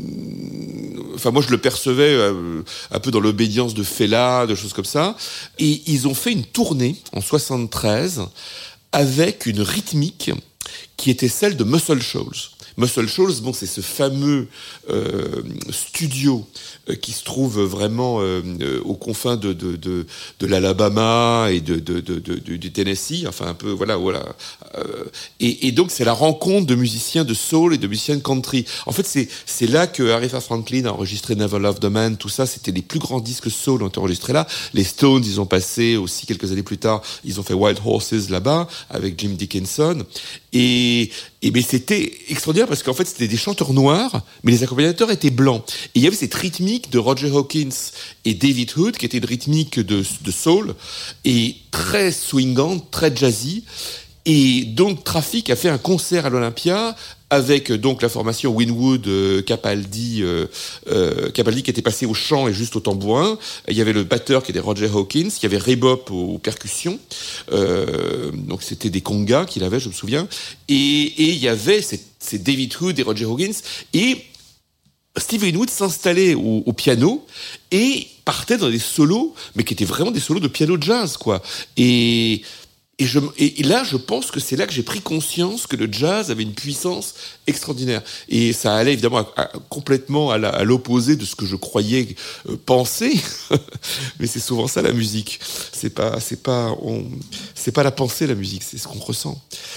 euh, enfin moi je le percevais euh, un peu dans l'obédience de Fela, de choses comme ça, et ils ont fait une tournée en soixante-treize avec une rythmique qui était celle de Muscle Shoals. Muscle Shoals, bon, c'est ce fameux euh, studio euh, qui se trouve vraiment euh, euh, aux confins de, de, de, de l'Alabama et de, de, de, de, du Tennessee, enfin un peu, voilà, voilà. Euh, et, et donc c'est la rencontre de musiciens de soul et de musiciens de country. En fait, c'est, c'est là que Aretha Franklin a enregistré Never Loved the Man, tout ça, c'était les plus grands disques soul ont été enregistrés là. Les Stones, ils ont passé aussi quelques années plus tard, ils ont fait Wild Horses là-bas avec Jim Dickinson. Et, et mais c'était extraordinaire parce qu'en fait c'était des chanteurs noirs, mais les accompagnateurs étaient blancs. Et il y avait cette rythmique de Roger Hawkins et David Hood qui était une rythmique de, de soul et très swingante, très jazzy. Et donc Traffic a fait un concert à l'Olympia avec donc la formation Winwood, euh, Capaldi, euh, euh, Capaldi qui était passé au chant et juste au tambourin. Il y avait le batteur qui était Roger Hawkins, il y avait Ray Bop aux, aux percussions. Euh, donc c'était des congas qu'il avait, je me souviens. Et, et il y avait c'est, c'est David Hood et Roger Hawkins et Steve Winwood s'installait au, au piano et partait dans des solos, mais qui étaient vraiment des solos de piano jazz, quoi. Et Et, je, et là, je pense que c'est là que j'ai pris conscience que le jazz avait une puissance extraordinaire. Et ça allait évidemment à, à, complètement à, la, à l'opposé de ce que je croyais euh, penser. Mais c'est souvent ça la musique. C'est pas, c'est pas, on, c'est pas la pensée la musique, c'est ce qu'on ressent.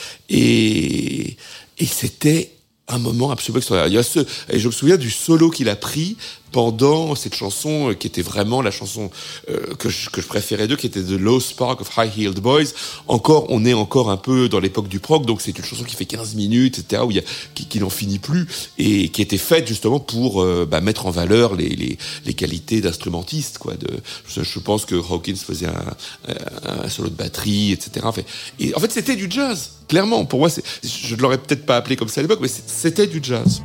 Et, et c'était un moment absolument extraordinaire. Il y a ce, et je me souviens du solo qu'il a pris pendant cette chanson qui était vraiment la chanson euh, que, je, que je préférais d'eux, qui était The Low Spark of High Heeled Boys. Encore, on est encore un peu dans l'époque du prog, donc c'est une chanson qui fait quinze minutes, et cetera, où il y a, qui, qui n'en finit plus, et qui était faite justement pour euh, bah, mettre en valeur les, les, les qualités d'instrumentiste, quoi. De, je, je pense que Hawkins faisait un, un, un solo de batterie, et cetera. Et en fait, c'était du jazz. Clairement, pour moi, c'est, je ne l'aurais peut-être pas appelé comme ça à l'époque, mais c'était du jazz.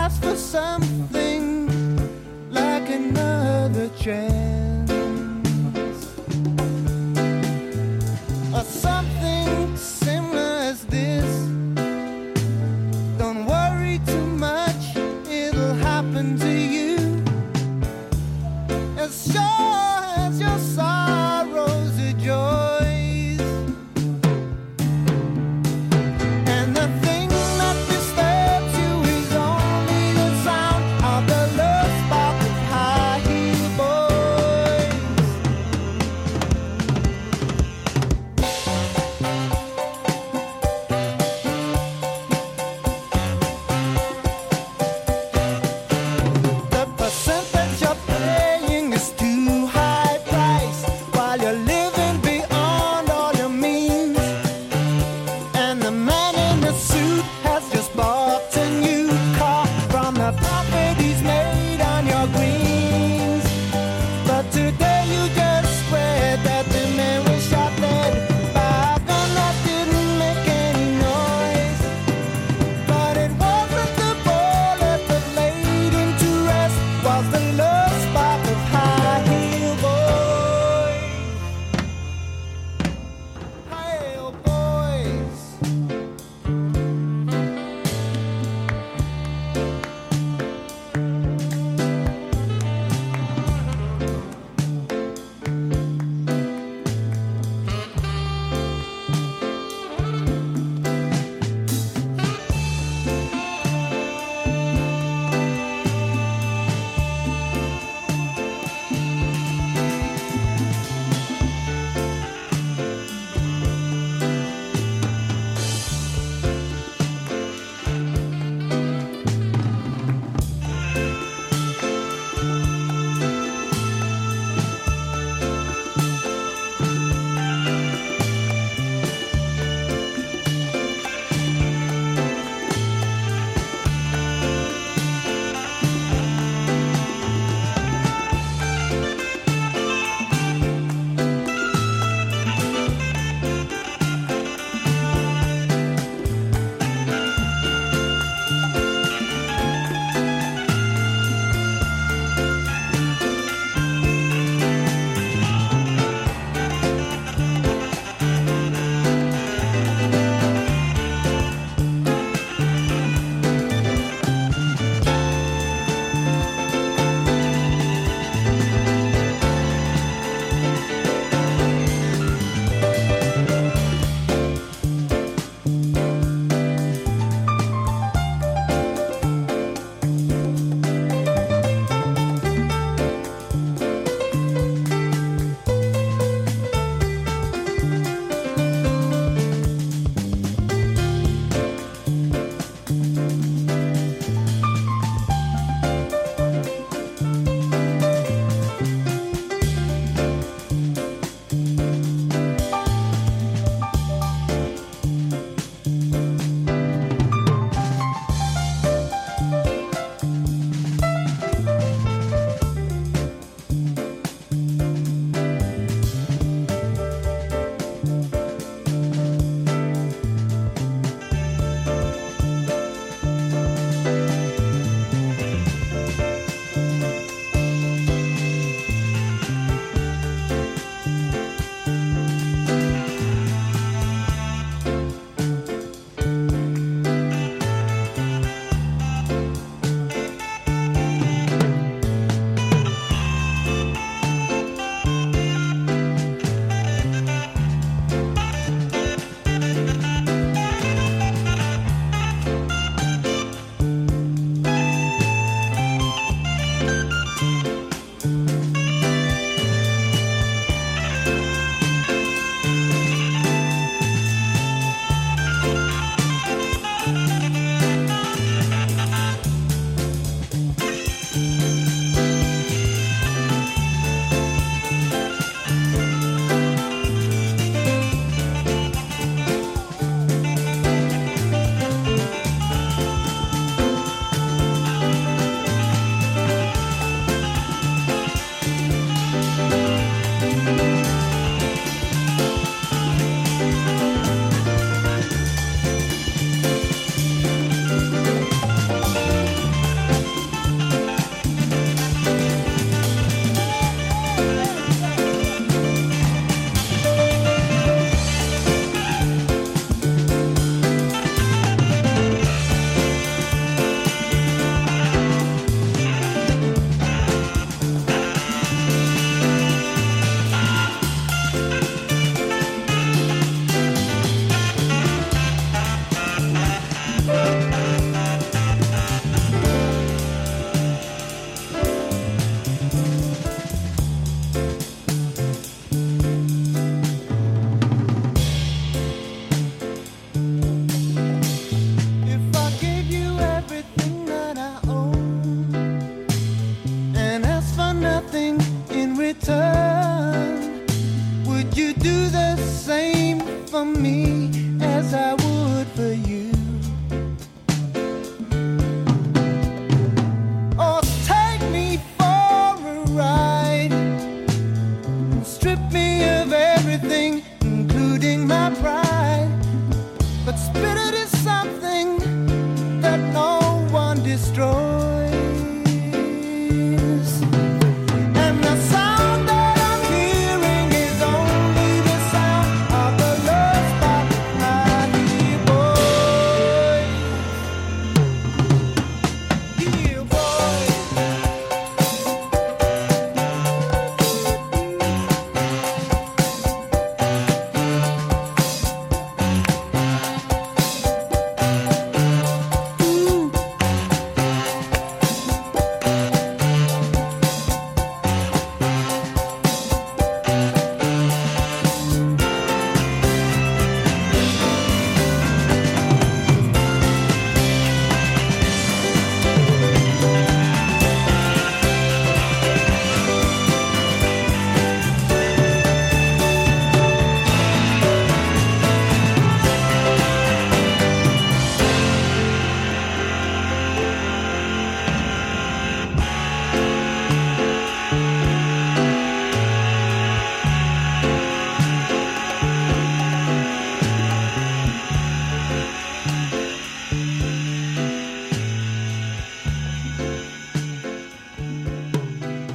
ask for something like another chance, or something similar as this. Don't worry too much, it'll happen to you. As sure as your sorrows are joys. And the thing that disturbs you is only the sound of the love spark of high heel boys. The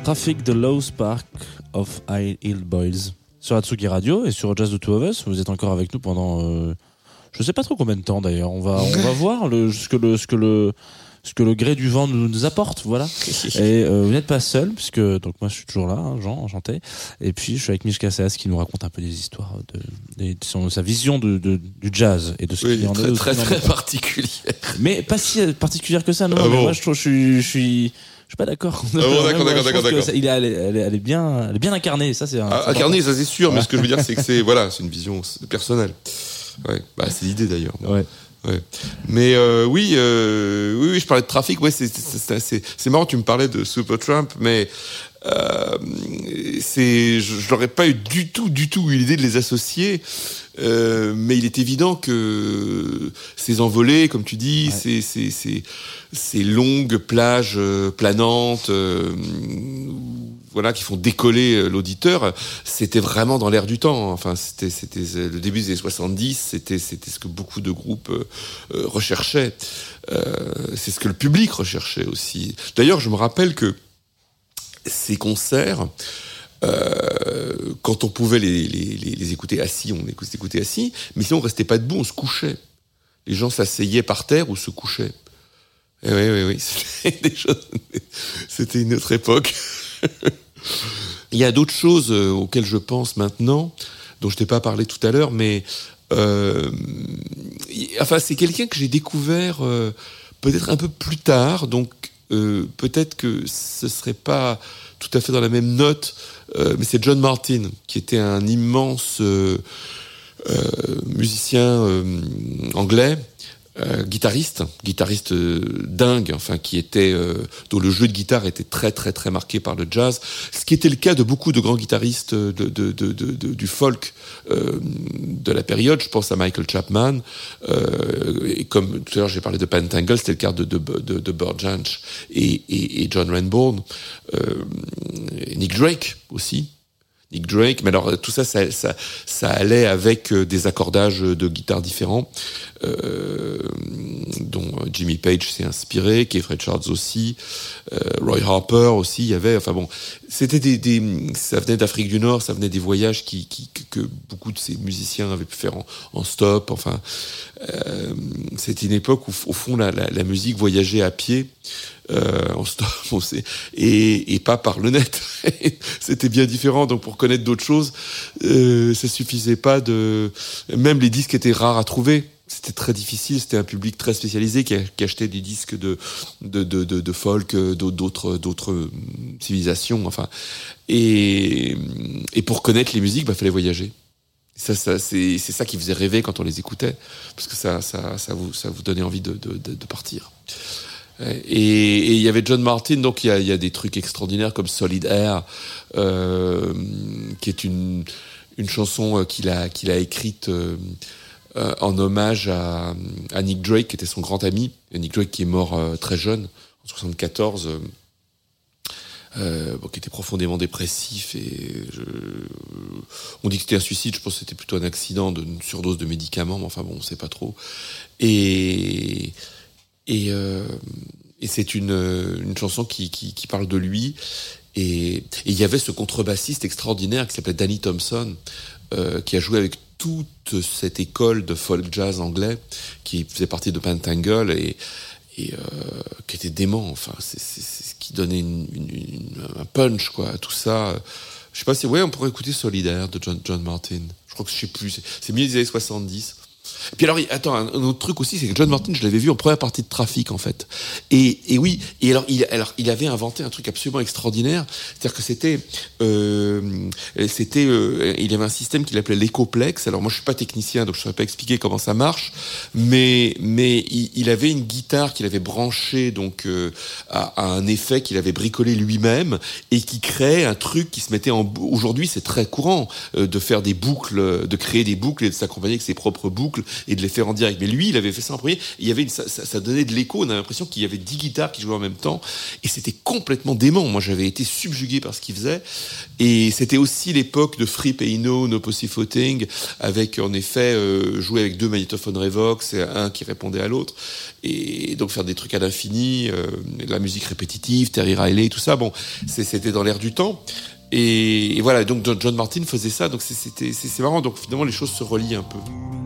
Traffic, The Low Spark of High Heeled Boys sur Atsugi Radio et sur Jazz The Two of Us. Vous êtes encore avec nous pendant euh, je sais pas trop combien de temps d'ailleurs. On va on va voir le, ce que le ce que le ce que le gré du vent nous, nous apporte, voilà. Et euh, vous n'êtes pas seul, puisque donc moi je suis toujours là, hein, Jean, enchanté. Et puis je suis avec Mishka Seas qui nous raconte un peu des histoires de, de, de son, sa vision de, de du jazz et de ce oui, qu'il en très, est. Très très très particulière. Mais pas si particulière que ça, non. Ah mais bon. moi je trouve, je suis, je suis, je suis pas d'accord. Ah bon, d'accord, d'accord, d'accord, d'accord. Ça, il est, elle, est, elle, est, elle est bien, elle est bien incarnée. Ça c'est. Un, ah, incarnée, ça c'est sûr. Mais ce que je veux dire, c'est que c'est voilà, c'est une vision personnelle. Ouais, bah c'est l'idée d'ailleurs. Ouais. Ouais. Mais euh, oui, euh, oui, oui, je parlais de trafic. Ouais, c'est c'est c'est, c'est marrant. Tu me parlais de Supertramp, mais euh, c'est, je, je n'aurais pas eu du tout, du tout eu l'idée de les associer. Euh, mais il est évident que ces envolées, comme tu dis, ouais. ces, ces, ces, ces longues plages euh, planantes, euh, voilà, qui font décoller l'auditeur, c'était vraiment dans l'air du temps. Enfin, c'était, c'était le début des années soixante-dix, c'était, c'était ce que beaucoup de groupes euh, recherchaient. Euh, c'est ce que le public recherchait aussi. D'ailleurs, je me rappelle que ces concerts, Euh, quand on pouvait les, les, les, les écouter assis, on les écoutait assis, mais sinon on restait pas debout, on se couchait. Les gens s'asseyaient par terre ou se couchaient. Et oui, oui, oui, c'était des choses, c'était une autre époque. Il y a d'autres choses auxquelles je pense maintenant, dont je t'ai pas parlé tout à l'heure, mais euh, enfin c'est quelqu'un que j'ai découvert euh, peut-être un peu plus tard, donc euh, peut-être que ce serait pas tout à fait dans la même note, euh, mais c'est John Martyn, qui était un immense euh, euh, musicien euh, anglais, euh, guitariste, guitariste euh, dingue, enfin qui était, euh, dont le jeu de guitare était très très très marqué par le jazz, ce qui était le cas de beaucoup de grands guitaristes de, de, de, de, de du folk euh, de la période. Je pense à Michael Chapman, euh, et comme tout à l'heure j'ai parlé de Pentangle, c'était le cas de, de, de, de Burt Jansch et, et, et John Renbourn, euh, et Nick Drake aussi. Nick Drake, mais alors tout ça, ça, ça, ça allait avec des accordages de guitare différents, euh, dont Jimmy Page s'est inspiré, Keith Richards aussi, euh, Roy Harper aussi. Il y avait, enfin bon, c'était des, des, ça venait d'Afrique du Nord, ça venait des voyages qui, qui que, que beaucoup de ces musiciens avaient pu faire en, en stop. Enfin, euh, c'était une époque où, au fond, la, la, la musique voyageait à pied. Euh, en stop, on sait, et, et pas par le net. C'était bien différent. Donc pour connaître d'autres choses, euh, ça suffisait pas de. Même les disques étaient rares à trouver. C'était très difficile. C'était un public très spécialisé qui, a, qui achetait des disques de de de de, de folk, d'autres d'autres civilisations. Enfin, et et pour connaître les musiques, bah fallait voyager. Ça, ça, c'est c'est ça qui faisait rêver quand on les écoutait, parce que ça ça ça vous ça vous donnait envie de de de, de partir. Et il y avait John Martyn, donc il y a, y a des trucs extraordinaires comme Solid Air, euh, qui est une une chanson qu'il a qu'il a écrite euh, en hommage à, à Nick Drake, qui était son grand ami. Et Nick Drake qui est mort euh, très jeune, en soixante-quatorze, euh, euh, bon, qui était profondément dépressif. Et je, on dit que c'était un suicide. Je pense que c'était plutôt un accident d'une surdose de médicaments, mais enfin bon, on sait pas trop. Et Et, euh, et c'est une, une chanson qui, qui, qui parle de lui. Et il y avait ce contrebassiste extraordinaire qui s'appelait Danny Thompson, euh, qui a joué avec toute cette école de folk jazz anglais, qui faisait partie de Pentangle et, et euh, qui était dément. Enfin, c'est, c'est, c'est ce qui donnait une, une, une, un punch, quoi, à tout ça. Je sais pas si, ouais, on pourrait écouter Solidaire de John, John Martyn. Je crois que je sais plus. C'est, c'est milieu des années soixante-dix. Et puis alors, attends, un autre truc aussi, c'est que John Martyn, je l'avais vu en première partie de Trafic, en fait. Et, et oui, et alors il, alors, il avait inventé un truc absolument extraordinaire, c'est-à-dire que c'était, euh, c'était, euh, il avait un système qu'il appelait l'écoplex. Alors moi, je suis pas technicien, donc je saurais pas expliquer comment ça marche, mais, mais il, il avait une guitare qu'il avait branchée donc euh, à, à un effet qu'il avait bricolé lui-même et qui créait un truc qui se mettait en. Aujourd'hui, c'est très courant euh, de faire des boucles, de créer des boucles et de s'accompagner avec ses propres boucles. et de les faire en direct. Mais lui, il avait fait ça en premier. Et il y avait une, ça, ça, ça donnait de l'écho. On a l'impression qu'il y avait dix guitares qui jouaient en même temps. Et c'était complètement dément. Moi, j'avais été subjugué par ce qu'il faisait. Et c'était aussi l'époque de Fripp et Eno, No Pussyfooting, avec, en effet, euh, jouer avec deux magnétophones Revox, et un qui répondait à l'autre. Et donc faire des trucs à l'infini, euh, de la musique répétitive, Terry Riley, tout ça. Bon, c'est, c'était dans l'air du temps. Et, et voilà, donc John Martyn faisait ça, donc c'est, c'était, c'est, c'est marrant, donc finalement les choses se relient un peu.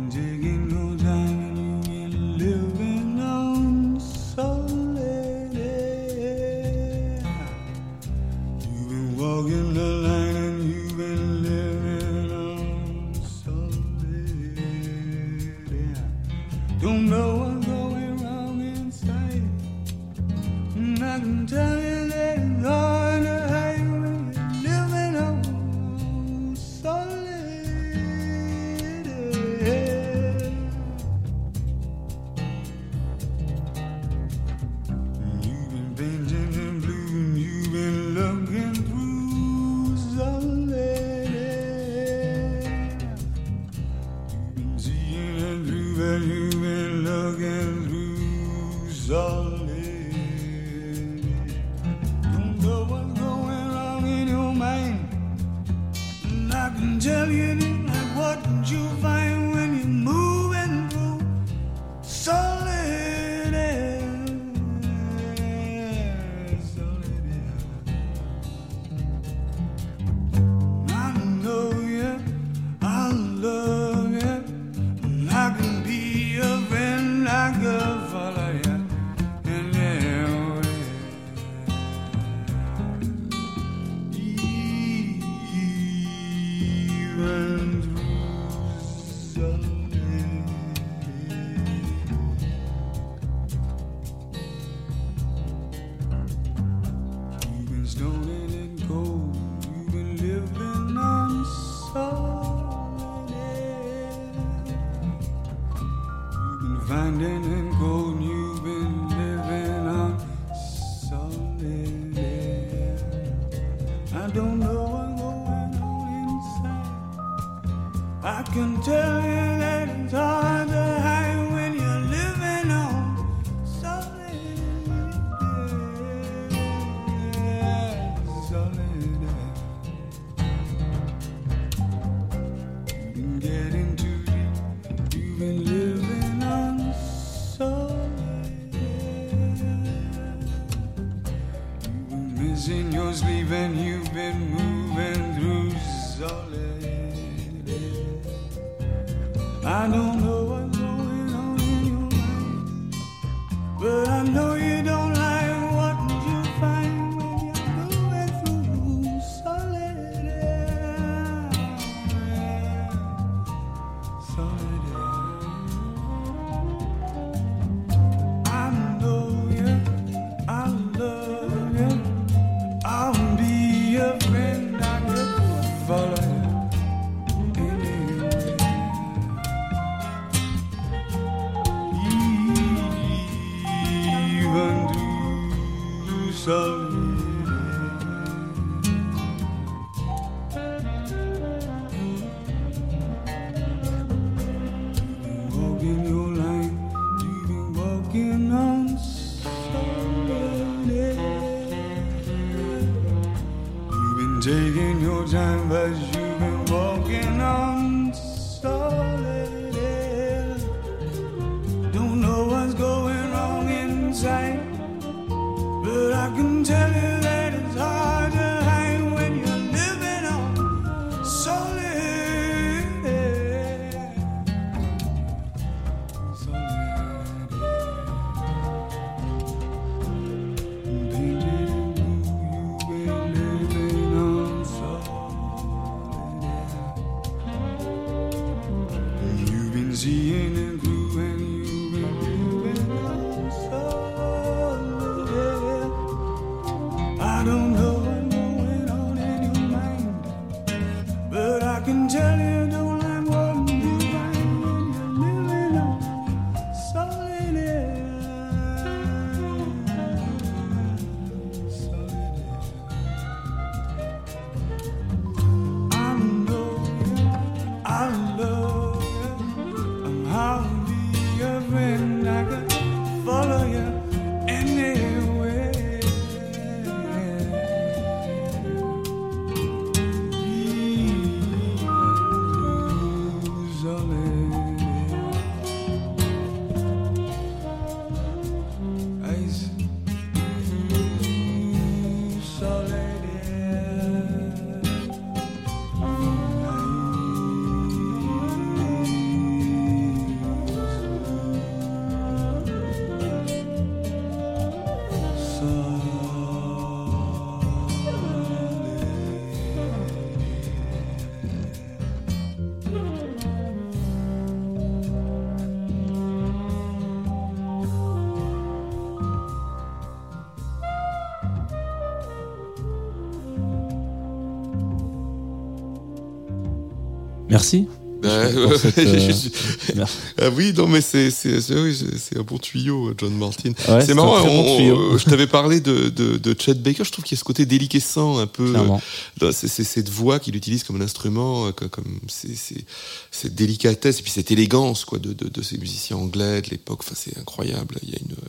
Taking your time, but you've been walking on solid air. Don't know what's going wrong inside, but I can tell you that it's hard to hide when you're living on solid air. Solid air. Painted in blue, you've been living on solid air. You've been seeing it through and you've been living on solid air. I don't know what's going on in your mind, but I can tell you don't like what you find when you're living on solid air. Solid air. I know you, I love you, I'm how Merci. Bah, Pour cette, euh, merci. Ah oui, non, mais c'est, c'est, c'est, oui, c'est, c'est un bon tuyau, John Martin. Ouais, c'est marrant, un très on- bon tuyau. on- je t'avais parlé de, de, de Chet Baker, je trouve qu'il y a ce côté déliquescent, un peu. Clairement. euh, C'est, c'est cette voix qu'il utilise comme un instrument, euh, comme, comme c'est, c'est, cette délicatesse, et puis cette élégance, quoi, de, de, de ces musiciens anglais de l'époque. Enfin, c'est incroyable. Il y a une,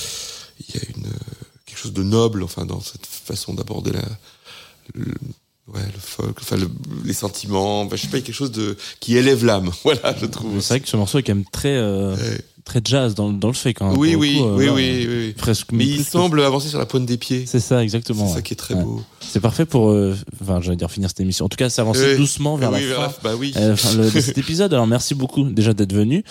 il y a une, quelque chose de noble, enfin, dans cette façon d'aborder la, le, ouais, le folk, enfin, le, les sentiments, enfin, je sais pas, il y a quelque chose de, qui élève l'âme. Voilà, je trouve. C'est vrai que ce morceau est quand même très, euh, Ouais. très jazz dans, dans le fait quand même. Oui, pour le oui, coup, euh, oui, là, oui, oui, oui. Presque. Mais plus il que- semble avancer sur la pointe des pieds. C'est ça, exactement. C'est ça ouais. qui est très Ouais. beau. C'est parfait pour, euh, enfin, j'allais dire finir cette émission. En tout cas, s'avancer Oui. doucement vers oui, la vers fin. Bah oui. euh, fin, le- de cet épisode. Alors merci beaucoup déjà d'être venu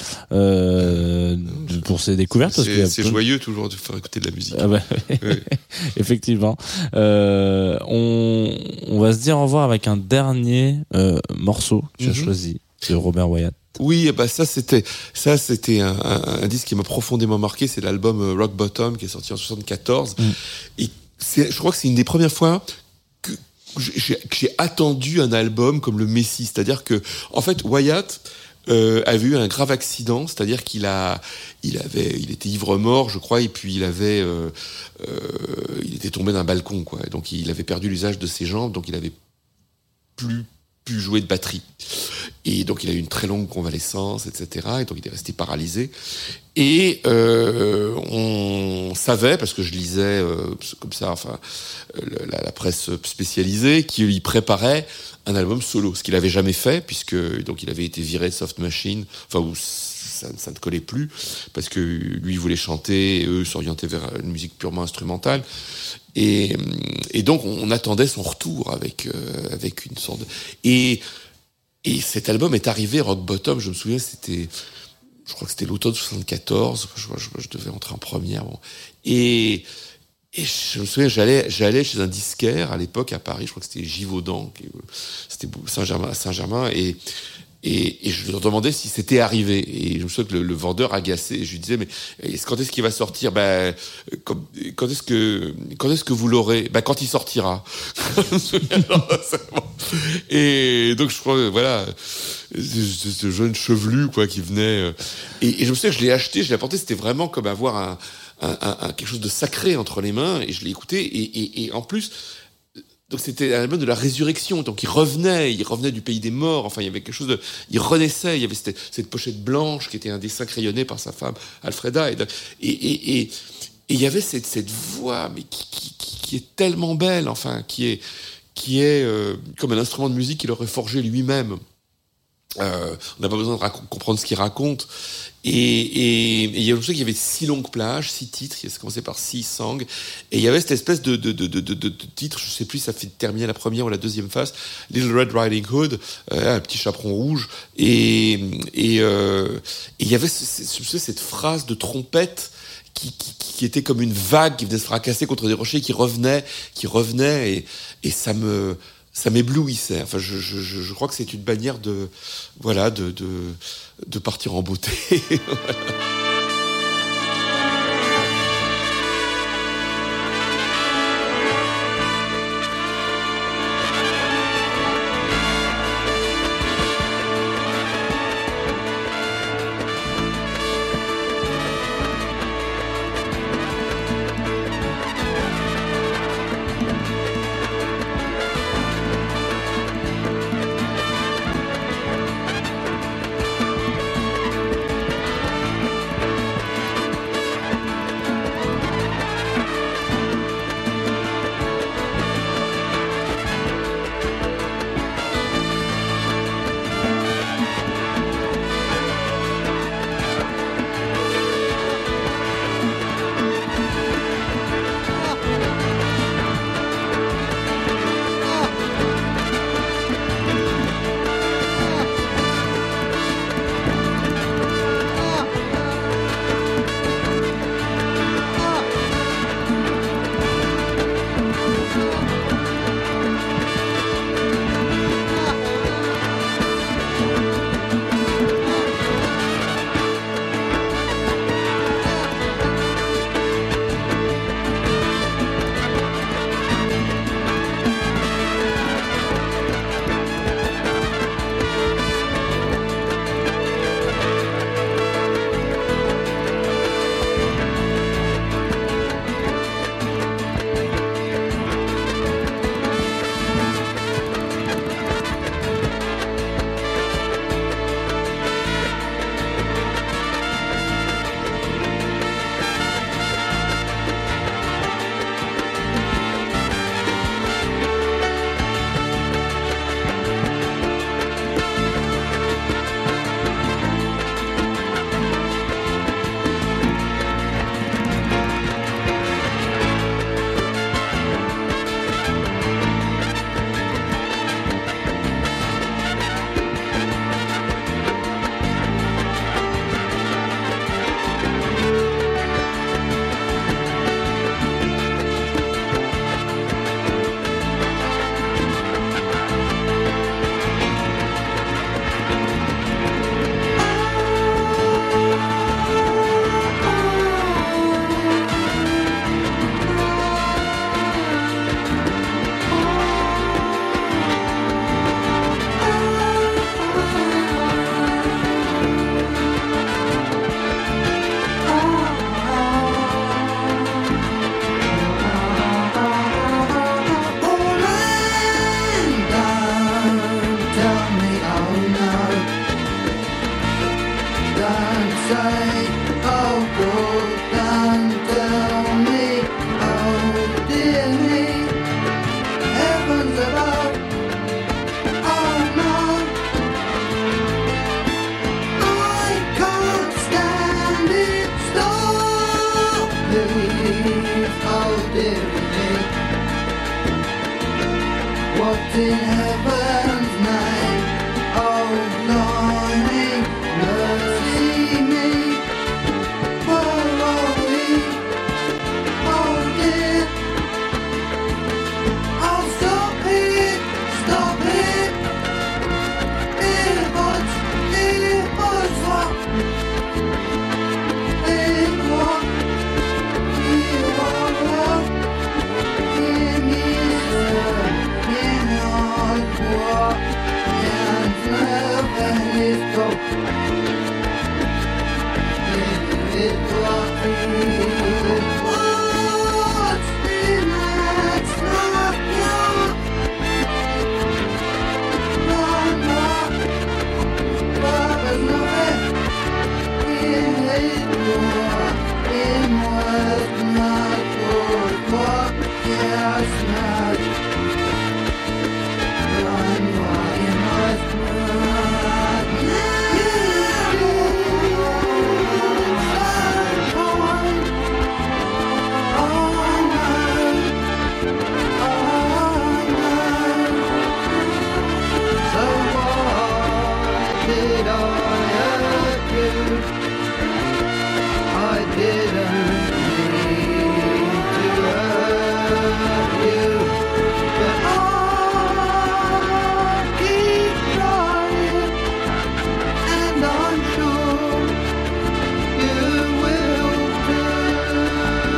euh, de- pour ces découvertes. parce qu'il y c'est a c'est plein de- joyeux toujours de faire écouter de la musique. Ah bah, Oui. effectivement. Euh, on, on va se dire au revoir avec un dernier euh, morceau que tu as Mhm. choisi de Robert Wyatt. Oui, bah ça c'était ça c'était un, un, un disque qui m'a profondément marqué. C'est l'album euh, Rock Bottom qui est sorti en soixante-quatorze. Mm. Et c'est, je crois que c'est une des premières fois que j'ai, que j'ai attendu un album comme le Messie. C'est-à-dire que en fait Wyatt euh, avait eu un grave accident, c'est-à-dire qu'il a, il avait, il était ivre-mort, je crois, et puis il avait, euh, euh, il était tombé d'un balcon, quoi. Et donc il avait perdu l'usage de ses jambes, donc il avait plus pu jouer de batterie. Et donc il a eu une très longue convalescence, et cetera. Et donc il est resté paralysé. Et euh, on savait, parce que je lisais euh, comme ça, enfin euh, la, la presse spécialisée, qu'il y préparait un album solo, ce qu'il avait jamais fait, puisque donc il avait été viré de Soft Machine, enfin où ça, ça ne collait plus, parce que lui il voulait chanter, et eux s'orientaient vers une musique purement instrumentale. Et, et donc on attendait son retour avec euh, avec une sorte de... et et cet album est arrivé, Rock Bottom, je me souviens, c'était, je crois que c'était l'automne soixante-quatorze, je, je, je devais entrer en première, bon. Et, et je me souviens, j'allais, j'allais chez un disquaire, à l'époque, à Paris, je crois que c'était Givaudan, qui- c'était Saint-Germain, Saint-Germain, et, et, et je leur demandais si c'était arrivé. Et je me souviens que le, le vendeur agacé, je lui disais, mais quand est-ce qu'il va sortir? Ben, quand, quand est-ce que, quand est-ce que vous l'aurez? Ben, quand il sortira. Je me souviens, alors, c'est bon. Et donc, je crois, que, voilà, ce, ce jeune chevelu, quoi, qui venait. Et, et je me souviens que je l'ai acheté, je l'ai apporté, c'était vraiment comme avoir un, un, un, un quelque chose de sacré entre les mains, et je l'ai écouté, et, et, et en plus, donc c'était un album de la résurrection, donc il revenait, il revenait du pays des morts, enfin il y avait quelque chose de, il renaissait, il y avait cette, cette pochette blanche qui était un dessin crayonné par sa femme Alfreda, et et et, et, et il y avait cette, cette voix, mais qui, qui, qui est tellement belle, enfin qui est qui est euh, comme un instrument de musique qu'il aurait forgé lui-même. Euh, on n'a pas besoin de rac- comprendre ce qu'il raconte. Et, et, et il y a, je sais qu'il y avait six longues plages, six titres. Ça commençait par six songs. Et il y avait cette espèce de, de, de, de, de, de titre, je sais plus, ça fait terminer la première ou la deuxième phase. Little Red Riding Hood, euh, un petit chaperon rouge. Et, et, euh, et il y avait ce, ce, ce, cette phrase de trompette qui, qui, qui était comme une vague qui venait se fracasser contre des rochers, qui revenait, qui revenait. Et, et ça me... ça m'éblouissait. Enfin, je, je, je crois que c'est une manière de, voilà, de, de, de partir en beauté. Voilà. in heaven's name. Oh, blimey, mercy me. Where are we? Oh dear. Oh, stop it, stop it. Earbuds, earbuds, what? In what? You are in Easter, in our what? And never is broke. It's what what's in that snap? Run, run, Baba's nothing. In his war, in was not good. What yes, not. Run, run, in was not. So why did I hurt you? I didn't mean to hurt you, but I keep trying, and I'm sure you will too.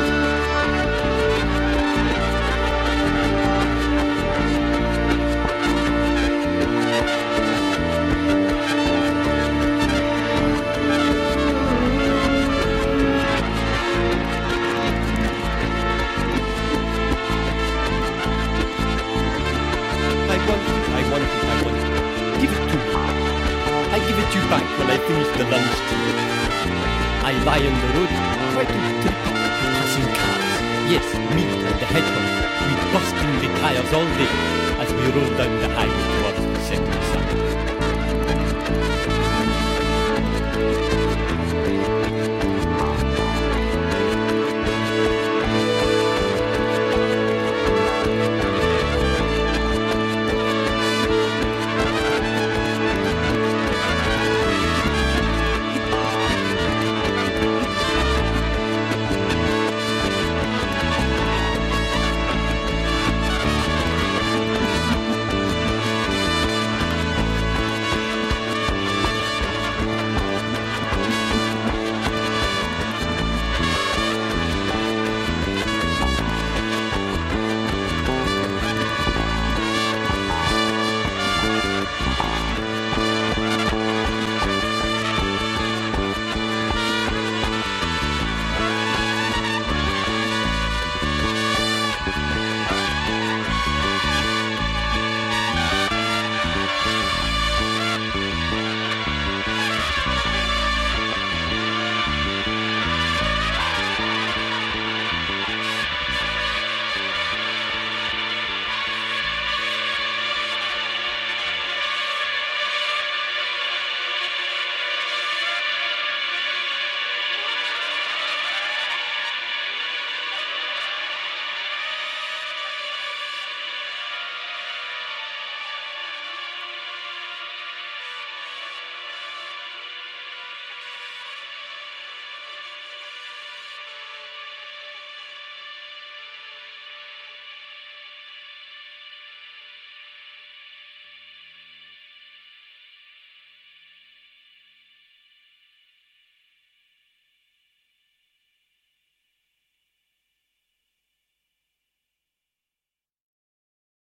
I want it, I want it, I want it. Give it to me. I give it you back when I finish the lunch tea. I lie on the road, try to trip up passing cars. Yes, me and the hedgehog, we busting the tires all day as we roll down the highway towards the setting sun.